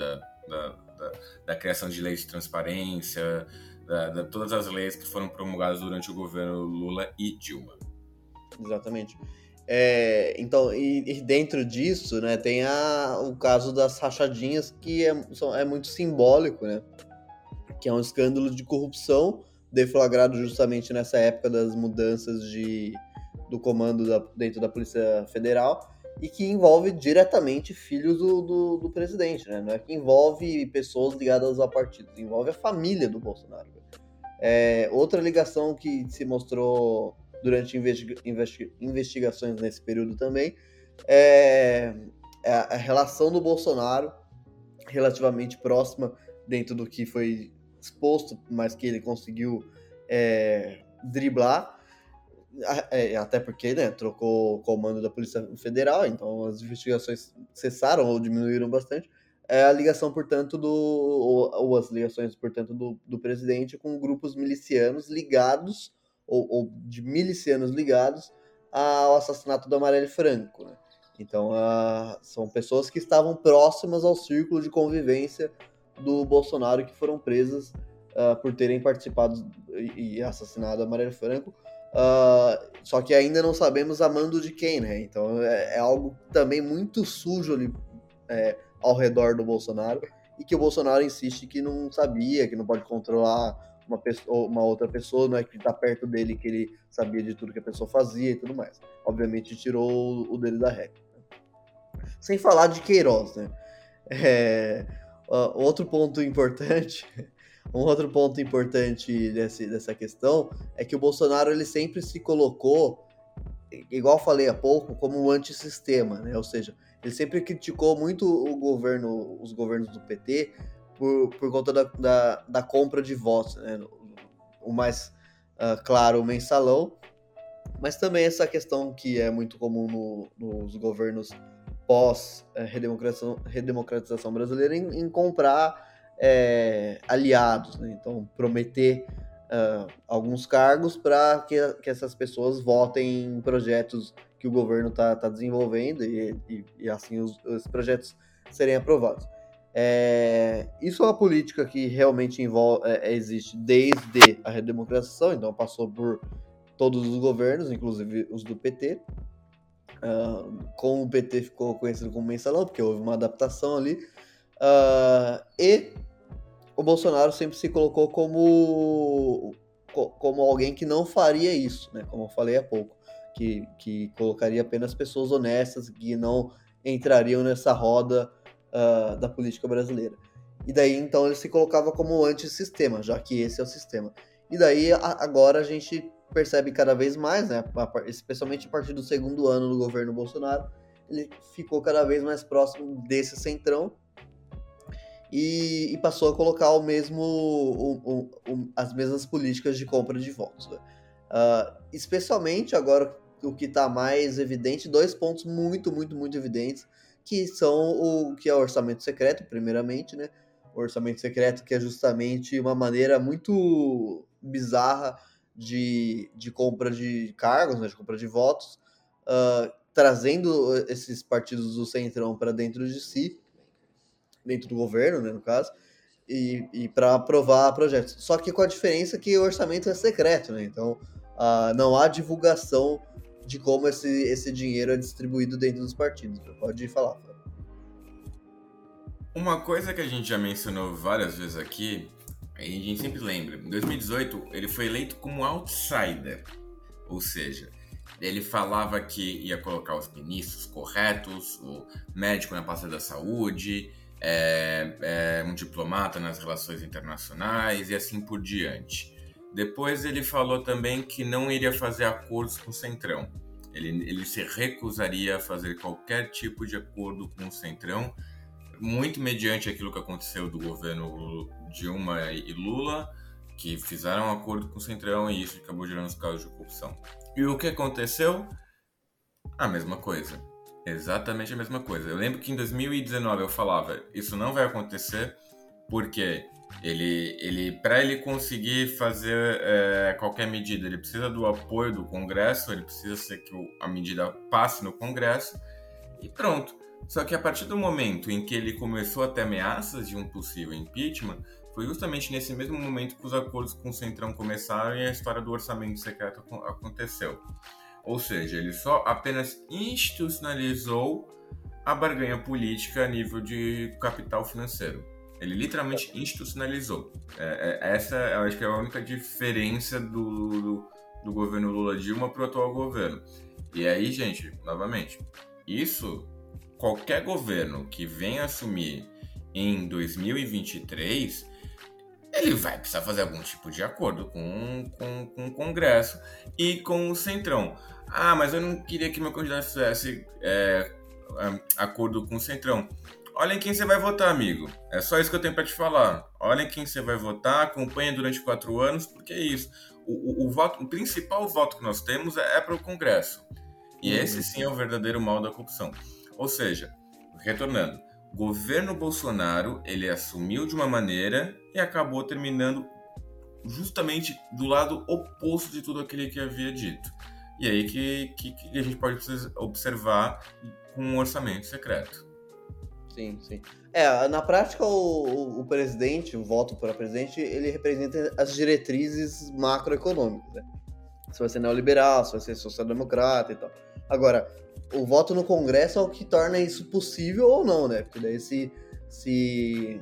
da criação de leis de transparência, todas as leis que foram promulgadas durante o governo Lula e Dilma. Exatamente. Então, e dentro disso, né, tem o caso das rachadinhas, que é muito simbólico, né? Que é um escândalo de corrupção deflagrado justamente nessa época das mudanças do comando dentro da Polícia Federal, e que envolve diretamente filhos do presidente, né? Não é que envolve pessoas ligadas ao partido, envolve a família do Bolsonaro. Outra ligação que se mostrou durante investigações nesse período também é a relação do Bolsonaro relativamente próxima dentro do que foi exposto, mas que ele conseguiu driblar, até porque, né, trocou o comando da Polícia Federal, então as investigações cessaram ou diminuíram bastante. A ligação, portanto, ou as ligações, portanto, do presidente com grupos milicianos ligados, ou de milicianos ligados ao assassinato do Marielle Franco, né? Então, são pessoas que estavam próximas ao círculo de convivência do Bolsonaro, que foram presas por terem participado e assassinado a Marielle Franco. Só que ainda não sabemos a mando de quem, né? Então é algo também muito sujo ali ao redor do Bolsonaro, e que o Bolsonaro insiste que não sabia, que não pode controlar uma outra pessoa, não é que tá perto dele que ele sabia de tudo que a pessoa fazia e tudo mais. Obviamente tirou o dele da regra. Sem falar de Queiroz, né? Outro ponto importante... Um outro ponto importante dessa questão é que o Bolsonaro ele sempre se colocou, igual falei há pouco, como um antissistema, né? Ou seja, ele sempre criticou muito os governos do PT por conta da compra de votos, né? O mais claro, o mensalão, mas também essa questão que é muito comum nos governos pós-redemocratização brasileira em comprar aliados, né? Então prometer alguns cargos para que essas pessoas votem em projetos que o governo está desenvolvendo e assim os projetos serem aprovados. Isso é uma política que realmente existe desde a redemocratização, então passou por todos os governos, inclusive os do PT. Com o PT ficou conhecido como mensalão, porque houve uma adaptação ali. E o Bolsonaro sempre se colocou como como alguém que não faria isso, né? Como eu falei há pouco, que colocaria apenas pessoas honestas que não entrariam nessa roda da política brasileira. E daí, então, ele se colocava como antissistema, já que esse é o sistema. E daí, agora a gente percebe cada vez mais, né, especialmente a partir do segundo ano do governo Bolsonaro, ele ficou cada vez mais próximo desse centrão e passou a colocar as mesmas políticas de compra de votos. Né? Especialmente agora, o que está mais evidente, 2 pontos muito, muito, muito evidentes, que são o que é o orçamento secreto, primeiramente, né? O orçamento secreto, que é justamente uma maneira muito bizarra de compra de cargos, né, de compra de votos, trazendo esses partidos do centrão para dentro de si, dentro do governo, né, no caso, e para aprovar projetos. Só que com a diferença que o orçamento é secreto, né? Então não há divulgação de como esse dinheiro é distribuído dentro dos partidos. Pode falar. Uma coisa que a gente já mencionou várias vezes aqui, a gente sempre lembra, em 2018 ele foi eleito como outsider, ou seja, ele falava que ia colocar os ministros corretos, o médico na pasta da saúde, um diplomata nas relações internacionais e assim por diante. Depois ele falou também que não iria fazer acordos com o Centrão. Ele se recusaria a fazer qualquer tipo de acordo com o Centrão, muito mediante aquilo que aconteceu do governo Dilma e Lula, que fizeram um acordo com o Centrão e isso acabou gerando os casos de corrupção. E o que aconteceu? A mesma coisa. Exatamente a mesma coisa. Eu lembro que em 2019 eu falava, isso não vai acontecer, porque para ele conseguir fazer qualquer medida, ele precisa do apoio do Congresso, ele precisa ser que a medida passe no Congresso, e pronto. Só que a partir do momento em que ele começou a ter ameaças de um possível impeachment, foi justamente nesse mesmo momento que os acordos com o Centrão começaram e a história do orçamento secreto aconteceu. Ou seja, ele só apenas institucionalizou a barganha política a nível de capital financeiro. Ele literalmente institucionalizou. Essa eu acho que é a única diferença do governo Lula-Dilma para o atual governo. E aí, gente, novamente, isso, qualquer governo que venha assumir em 2023, ele vai precisar fazer algum tipo de acordo com o Congresso e com o Centrão. Ah, mas eu não queria que meu candidato fizesse acordo com o Centrão. Olhem quem você vai votar, amigo. É só isso que eu tenho para te falar. Olhem quem você vai votar, acompanha durante 4 anos, porque é isso. O principal voto que nós temos é para o Congresso. E esse sim é o verdadeiro mal da corrupção. Ou seja, retornando, o governo Bolsonaro, ele assumiu de uma maneira e acabou terminando justamente do lado oposto de tudo aquilo que havia dito. E aí que a gente pode observar com um orçamento secreto. Sim, sim. Na prática, o presidente, o voto para presidente, ele representa as diretrizes macroeconômicas, né? Se vai ser neoliberal, se vai ser social-democrata e tal. Agora, o voto no Congresso é o que torna isso possível ou não, né? Porque daí se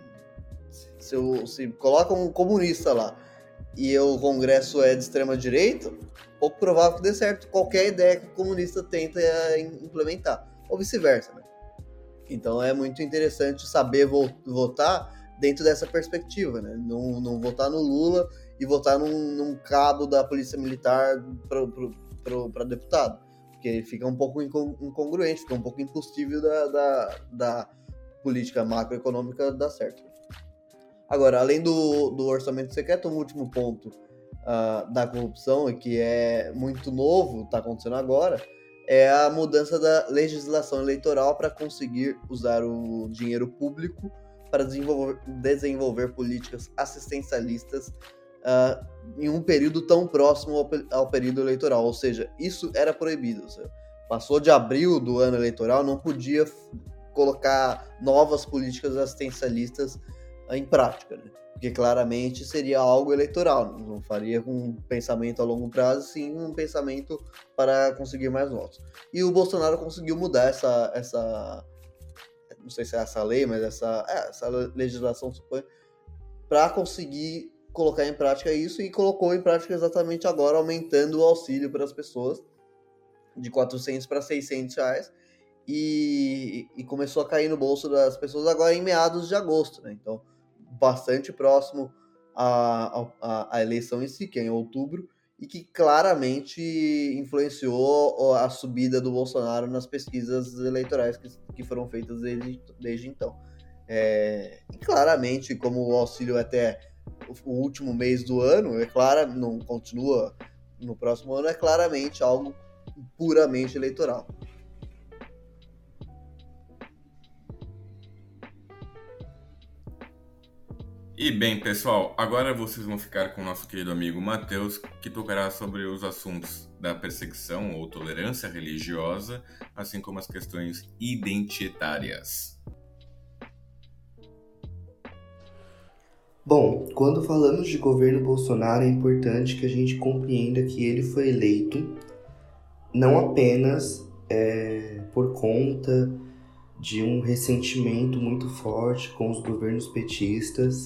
coloca um comunista lá e o Congresso é de extrema direita, pouco provável que dê certo qualquer ideia que o comunista tenta implementar, ou vice-versa, né? Então é muito interessante saber votar dentro dessa perspectiva, né? Não votar no Lula e votar num cabo da Polícia Militar para deputado, porque fica um pouco incongruente, fica um pouco impossível da política macroeconômica dar certo. Agora, além do orçamento secreto, um último ponto da corrupção, e que é muito novo, está acontecendo agora, é a mudança da legislação eleitoral para conseguir usar o dinheiro público para desenvolver políticas assistencialistas em um período tão próximo ao período eleitoral. Ou seja, isso era proibido. Passou de abril do ano eleitoral, não podia colocar novas políticas assistencialistas em prática, né? Porque claramente seria algo eleitoral, não faria com um pensamento a longo prazo, sim um pensamento para conseguir mais votos. E o Bolsonaro conseguiu mudar essa não sei se é essa lei, mas essa legislação, suponho, para conseguir colocar em prática isso e colocou em prática exatamente agora, aumentando o auxílio para as pessoas de 400 para 600 reais e começou a cair no bolso das pessoas agora em meados de agosto, né? Então, bastante próximo à eleição em si, que é em outubro, e que claramente influenciou a subida do Bolsonaro nas pesquisas eleitorais que foram feitas desde então. E claramente, como o auxílio até o último mês do ano, não continua no próximo ano, é claramente algo puramente eleitoral. E bem, pessoal, agora vocês vão ficar com o nosso querido amigo Matheus, que tocará sobre os assuntos da perseguição ou tolerância religiosa, assim como as questões identitárias. Bom, quando falamos de governo Bolsonaro, é importante que a gente compreenda que ele foi eleito não apenas por conta de um ressentimento muito forte com os governos petistas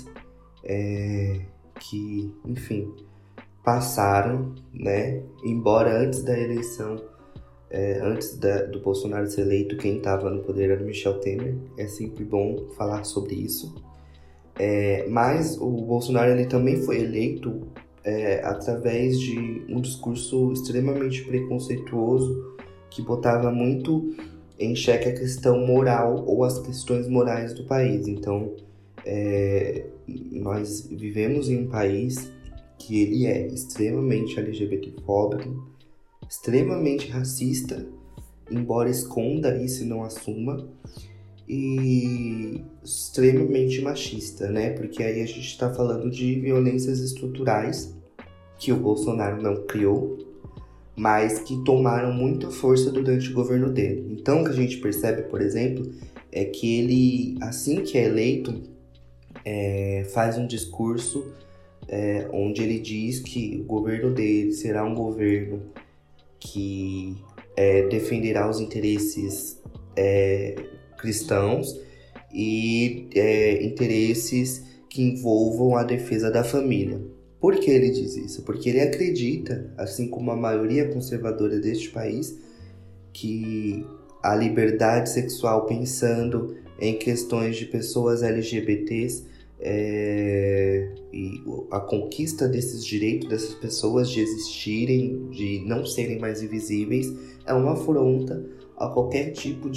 que, enfim, passaram, né? Embora antes da eleição, do Bolsonaro ser eleito, quem estava no poder era Michel Temer. É sempre bom falar sobre isso. Mas o Bolsonaro ele também foi eleito através de um discurso extremamente preconceituoso que botava muito em xeque a questão moral ou as questões morais do país. Então, nós vivemos em um país que ele é extremamente LGBTfóbico, extremamente racista, embora esconda isso e não assuma, e extremamente machista, né? Porque aí a gente está falando de violências estruturais que o Bolsonaro não criou, mas que tomaram muita força durante o governo dele. Então, o que a gente percebe, por exemplo, é que ele, assim que é eleito, faz um discurso onde ele diz que o governo dele será um governo que defenderá os interesses cristãos e interesses que envolvam a defesa da família. Por que ele diz isso? Porque ele acredita, assim como a maioria conservadora deste país, que a liberdade sexual, pensando em questões de pessoas LGBTs e a conquista desses direitos dessas pessoas de existirem, de não serem mais invisíveis, é uma afronta a qualquer tipo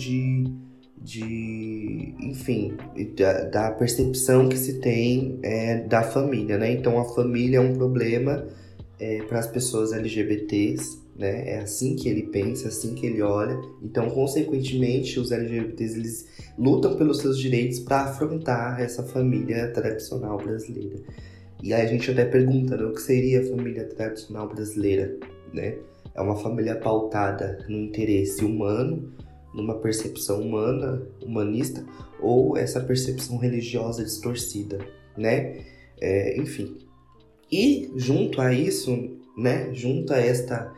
enfim, da percepção que se tem da família, né? Então a família é um problema para as pessoas LGBTs, né? É assim que ele pensa, assim que ele olha. Então, consequentemente, os LGBTs eles lutam pelos seus direitos para afrontar essa família tradicional brasileira. E aí a gente até pergunta, né, o que seria a família tradicional brasileira, né? É uma família pautada no interesse humano, numa percepção humanista, ou essa percepção religiosa distorcida, né? Enfim. E junto a isso, né? Junto a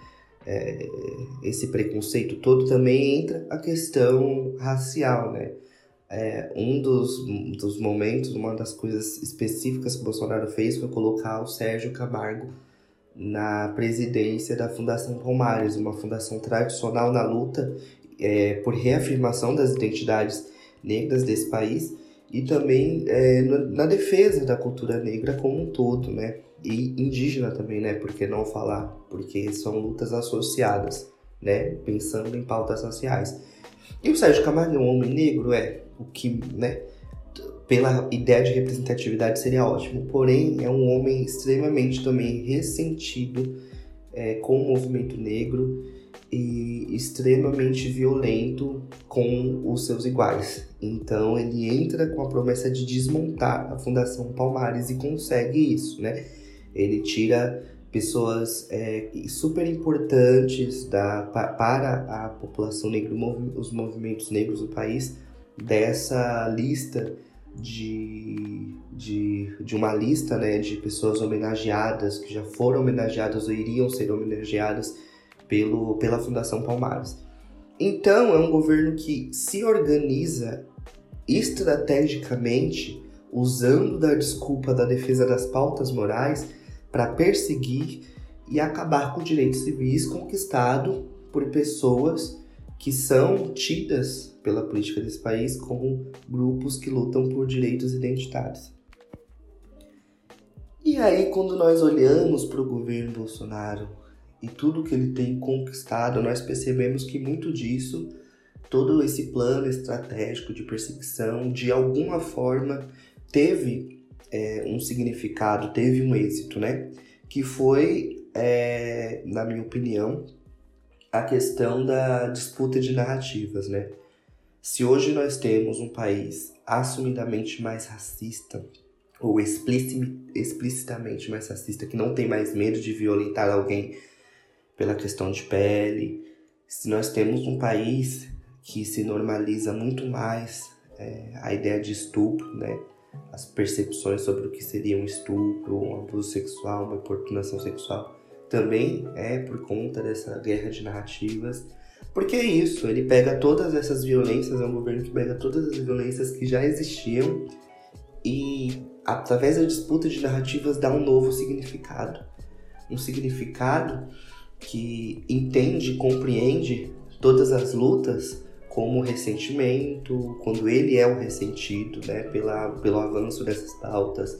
esse preconceito todo, também entra a questão racial, né? Um dos momentos, uma das coisas específicas que o Bolsonaro fez foi colocar o Sérgio Camargo na presidência da Fundação Palmares, uma fundação tradicional na luta por reafirmação das identidades negras desse país e também na defesa da cultura negra como um todo, né? E indígena também, né? Por que não falar? Porque são lutas associadas, né? Pensando em pautas raciais. E o Sérgio Camargo é um homem negro, o que, né? Pela ideia de representatividade seria ótimo, porém é um homem extremamente também ressentido com o movimento negro e extremamente violento com os seus iguais. Então ele entra com a promessa de desmontar a Fundação Palmares e consegue isso, né? Ele tira pessoas super importantes para a população negra, os movimentos negros do país, dessa lista de uma lista, né, de pessoas homenageadas, que já foram homenageadas ou iriam ser homenageadas pela Fundação Palmares. Então, é um governo que se organiza estrategicamente usando da desculpa da defesa das pautas morais para perseguir e acabar com direitos civis conquistados por pessoas que são tidas pela política desse país como grupos que lutam por direitos identitários. E aí, quando nós olhamos para o governo Bolsonaro e tudo que ele tem conquistado, nós percebemos que muito disso, todo esse plano estratégico de perseguição, de alguma forma, teve um significado, teve um êxito, né? Que foi, na minha opinião, a questão da disputa de narrativas, né? Se hoje nós temos um país assumidamente mais racista, ou explicitamente mais racista, que não tem mais medo de violentar alguém pela questão de pele, se nós temos um país que se normaliza muito mais a ideia de estupro, né? As percepções sobre o que seria um estupro, um abuso sexual, uma importunação sexual, também é por conta dessa guerra de narrativas. Porque é isso, ele pega todas essas violências, é um governo que pega todas as violências que já existiam e, através da disputa de narrativas, dá um novo significado. Um significado que entende e compreende todas as lutas como ressentimento, quando ele é o ressentido, né, pelo avanço dessas pautas,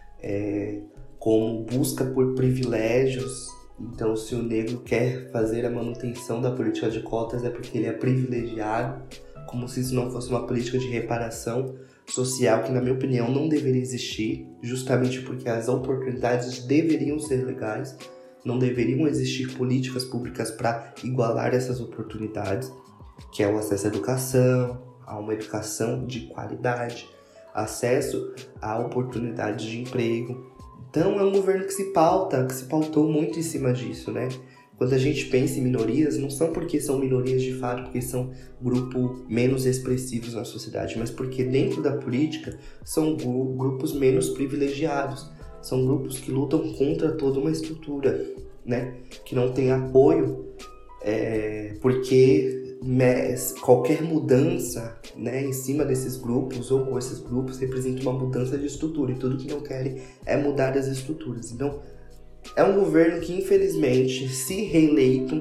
como busca por privilégios. Então, se o negro quer fazer a manutenção da política de cotas é porque ele é privilegiado, como se isso não fosse uma política de reparação social que, na minha opinião, não deveria existir, justamente porque as oportunidades deveriam ser legais, não deveriam existir políticas públicas para igualar essas oportunidades, que é o acesso à educação, a uma educação de qualidade, acesso a oportunidades de emprego. Então é um governo que se pautou muito em cima disso, né? Quando a gente pensa em minorias, não são porque são minorias de fato, porque são grupos menos expressivos na sociedade, mas porque dentro da política são grupos menos privilegiados, são grupos que lutam contra toda uma estrutura, né? Que não tem apoio, porque qualquer mudança, né, em cima desses grupos ou com esses grupos representa uma mudança de estrutura, e tudo que não querem é mudar as estruturas. Então, é um governo que, infelizmente, se reeleito,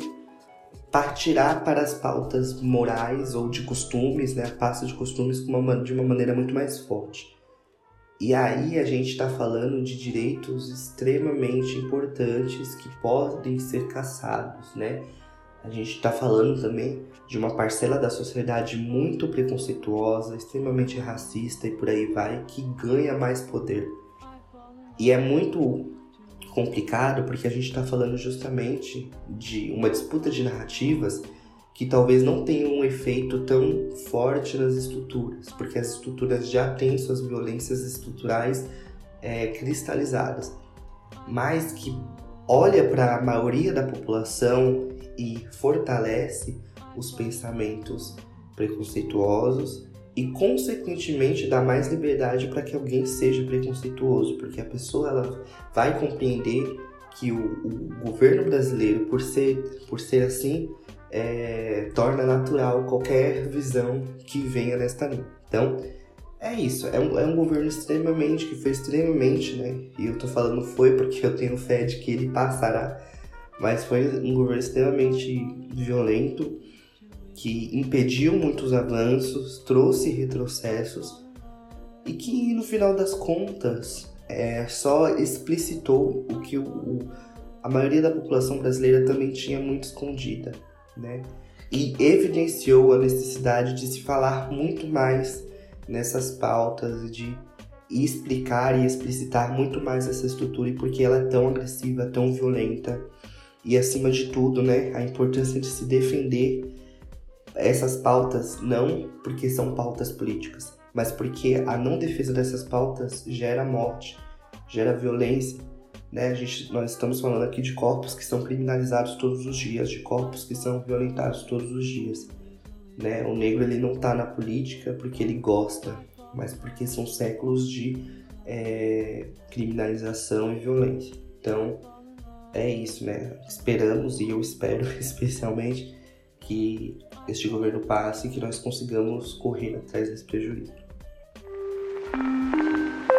partirá para as pautas morais ou de costumes, né, a pasta de costumes de uma maneira muito mais forte. E aí a gente está falando de direitos extremamente importantes que podem ser caçados, né? A gente está falando também de uma parcela da sociedade muito preconceituosa, extremamente racista e por aí vai, que ganha mais poder. E é muito complicado porque a gente está falando justamente de uma disputa de narrativas que talvez não tenha um efeito tão forte nas estruturas, porque as estruturas já têm suas violências estruturais cristalizadas, mas que olha para a maioria da população e fortalece os pensamentos preconceituosos e, consequentemente, dá mais liberdade para que alguém seja preconceituoso, porque a pessoa ela vai compreender que o governo brasileiro, por ser assim, torna natural qualquer visão que venha nesta linha. Então, é isso, é um governo que foi extremamente, né, e eu tô falando foi porque eu tenho fé de que ele passará, mas foi um governo extremamente violento, que impediu muitos avanços, trouxe retrocessos e que, no final das contas, só explicitou o que a maioria da população brasileira também tinha muito escondida, né? E evidenciou a necessidade de se falar muito mais nessas pautas, de explicar e explicitar muito mais essa estrutura e porque ela é tão agressiva, tão violenta. E, acima de tudo, né, a importância de se defender essas pautas, não porque são pautas políticas, mas porque a não defesa dessas pautas gera morte, gera violência, né? Nós estamos falando aqui de corpos que são criminalizados todos os dias, de corpos que são violentados todos os dias, né? O negro ele não está na política porque ele gosta, mas porque são séculos de criminalização e violência. Então, é isso, né? Esperamos, e eu espero especialmente, que este governo passe e que nós consigamos correr atrás desse prejuízo.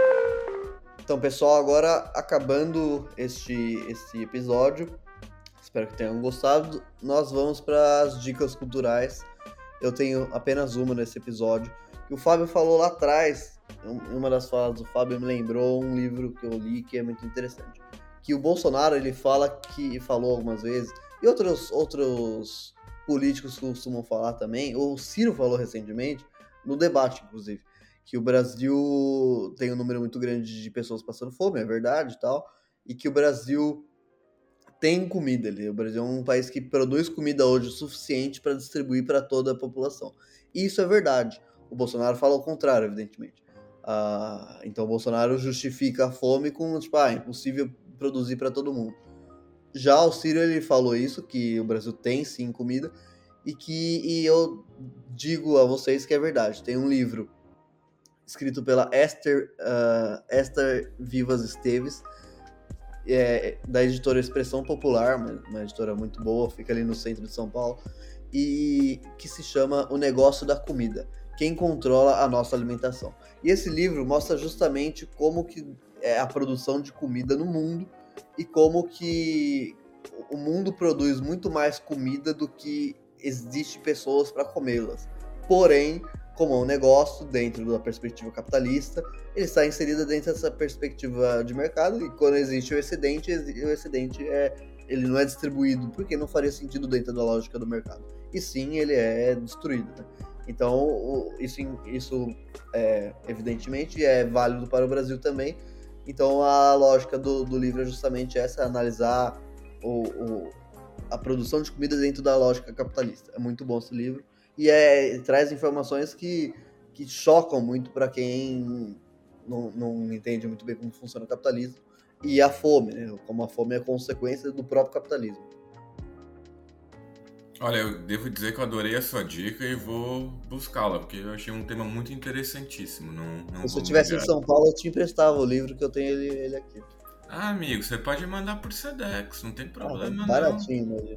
Então, pessoal, agora acabando este episódio, espero que tenham gostado. Nós vamos para as dicas culturais. Eu tenho apenas uma nesse episódio. Que o Fábio falou lá atrás, uma das falas do Fábio me lembrou um livro que eu li que é muito interessante. Que o Bolsonaro, ele falou algumas vezes, e outros políticos costumam falar também, o Ciro falou recentemente, no debate, inclusive, que o Brasil tem um número muito grande de pessoas passando fome, é verdade e tal, e que o Brasil tem comida ali. O Brasil é um país que produz comida hoje o suficiente para distribuir para toda a população. E isso é verdade. O Bolsonaro fala o contrário, evidentemente. Então o Bolsonaro justifica a fome com, é impossível produzir para todo mundo. Já o Ciro, ele falou isso, que o Brasil tem sim comida, e eu digo a vocês que é verdade. Tem um livro escrito pela Esther Vivas Esteves, da editora Expressão Popular, uma editora muito boa, fica ali no centro de São Paulo, e que se chama O Negócio da Comida, quem controla a nossa alimentação. E esse livro mostra justamente como que é a produção de comida no mundo e como que o mundo produz muito mais comida do que existe pessoas para comê-las. Porém, como é um negócio dentro da perspectiva capitalista, ele está inserido dentro dessa perspectiva de mercado, e quando existe o excedente ele não é distribuído, porque não faria sentido dentro da lógica do mercado. E sim, ele é destruído, né? Então, isso evidentemente é válido para o Brasil também. Então, a lógica do livro é justamente essa, analisar a produção de comida dentro da lógica capitalista. É muito bom esse livro. E traz informações que chocam muito para quem não entende muito bem como funciona o capitalismo. E a fome, né? Como a fome é consequência do próprio capitalismo. Olha, eu devo dizer que eu adorei a sua dica e vou buscá-la, porque eu achei um tema muito interessantíssimo. Se você estivesse em São Paulo, eu te emprestava o livro, que eu tenho ele aqui. Ah, amigo, você pode mandar por Sedex, não tem problema baratinho, não.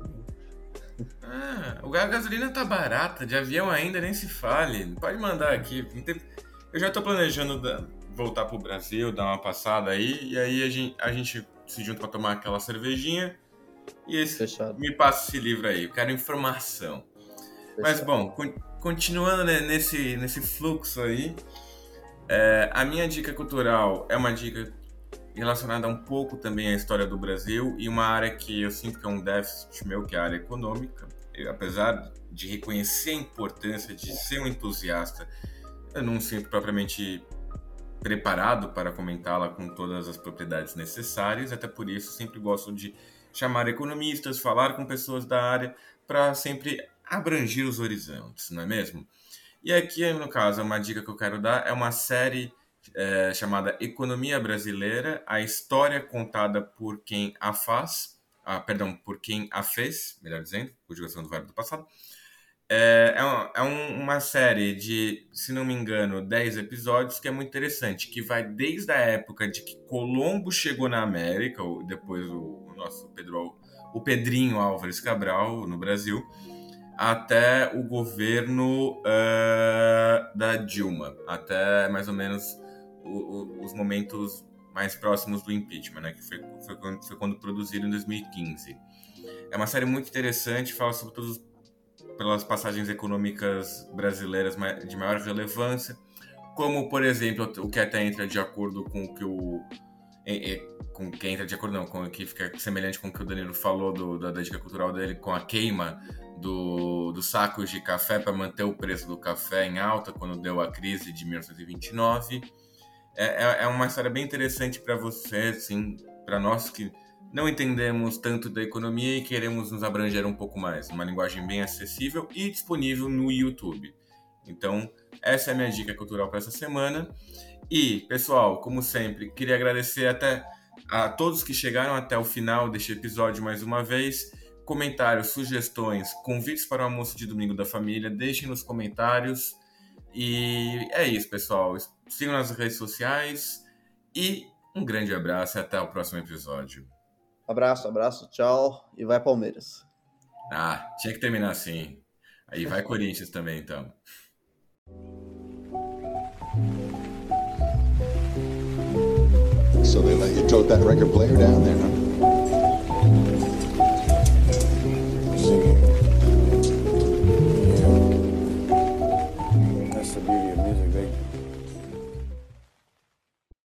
A gasolina tá barata, de avião ainda nem se fale. Pode mandar aqui. Eu já tô planejando voltar pro Brasil, dar uma passada aí, e aí a gente se junta pra tomar aquela cervejinha. E me passa esse livro aí, eu quero informação. Fechado. Mas bom, continuando, né, nesse fluxo aí, a minha dica cultural é uma dica relacionada um pouco também à história do Brasil e uma área que eu sinto que é um déficit meu, que é a área econômica. Apesar de reconhecer a importância de ser um entusiasta, eu não sinto propriamente preparado para comentá-la com todas as propriedades necessárias, até por isso sempre gosto de chamar economistas, falar com pessoas da área, para sempre abranger os horizontes, não é mesmo? E aqui, no caso, uma dica que eu quero dar é uma série chamada Economia Brasileira, a história contada por quem a faz, por quem a fez, melhor dizendo, conjugação do verbo do passado. Uma série de, se não me engano, 10 episódios, que é muito interessante, que vai desde a época de que Colombo chegou na América, ou depois o nosso o Pedrinho Álvares Cabral no Brasil, até o governo da Dilma, até mais ou menos os momentos mais próximos do impeachment, né, que foi quando produzido em 2015. É uma série muito interessante, fala sobre pelas passagens econômicas brasileiras de maior relevância, como, por exemplo, o que até entra de acordo com o que com que entra de acordo, não, com o que fica semelhante com o que o Danilo falou da dica cultural dele, com a queima dos sacos de café para manter o preço do café em alta quando deu a crise de 1929. É uma história bem interessante para você, assim, para nós que não entendemos tanto da economia e queremos nos abranger um pouco mais. Uma linguagem bem acessível e disponível no YouTube. Então, essa é a minha dica cultural para essa semana. E, pessoal, como sempre, queria agradecer a todos que chegaram até o final deste episódio mais uma vez. Comentários, sugestões, convites para o almoço de domingo da família, deixem nos comentários. E é isso, pessoal. Sigam nas redes sociais e um grande abraço e até o próximo episódio. Abraço, tchau e vai Palmeiras. Tinha que terminar assim. Aí vai Corinthians também, então. So they let you tote that record player down there, huh?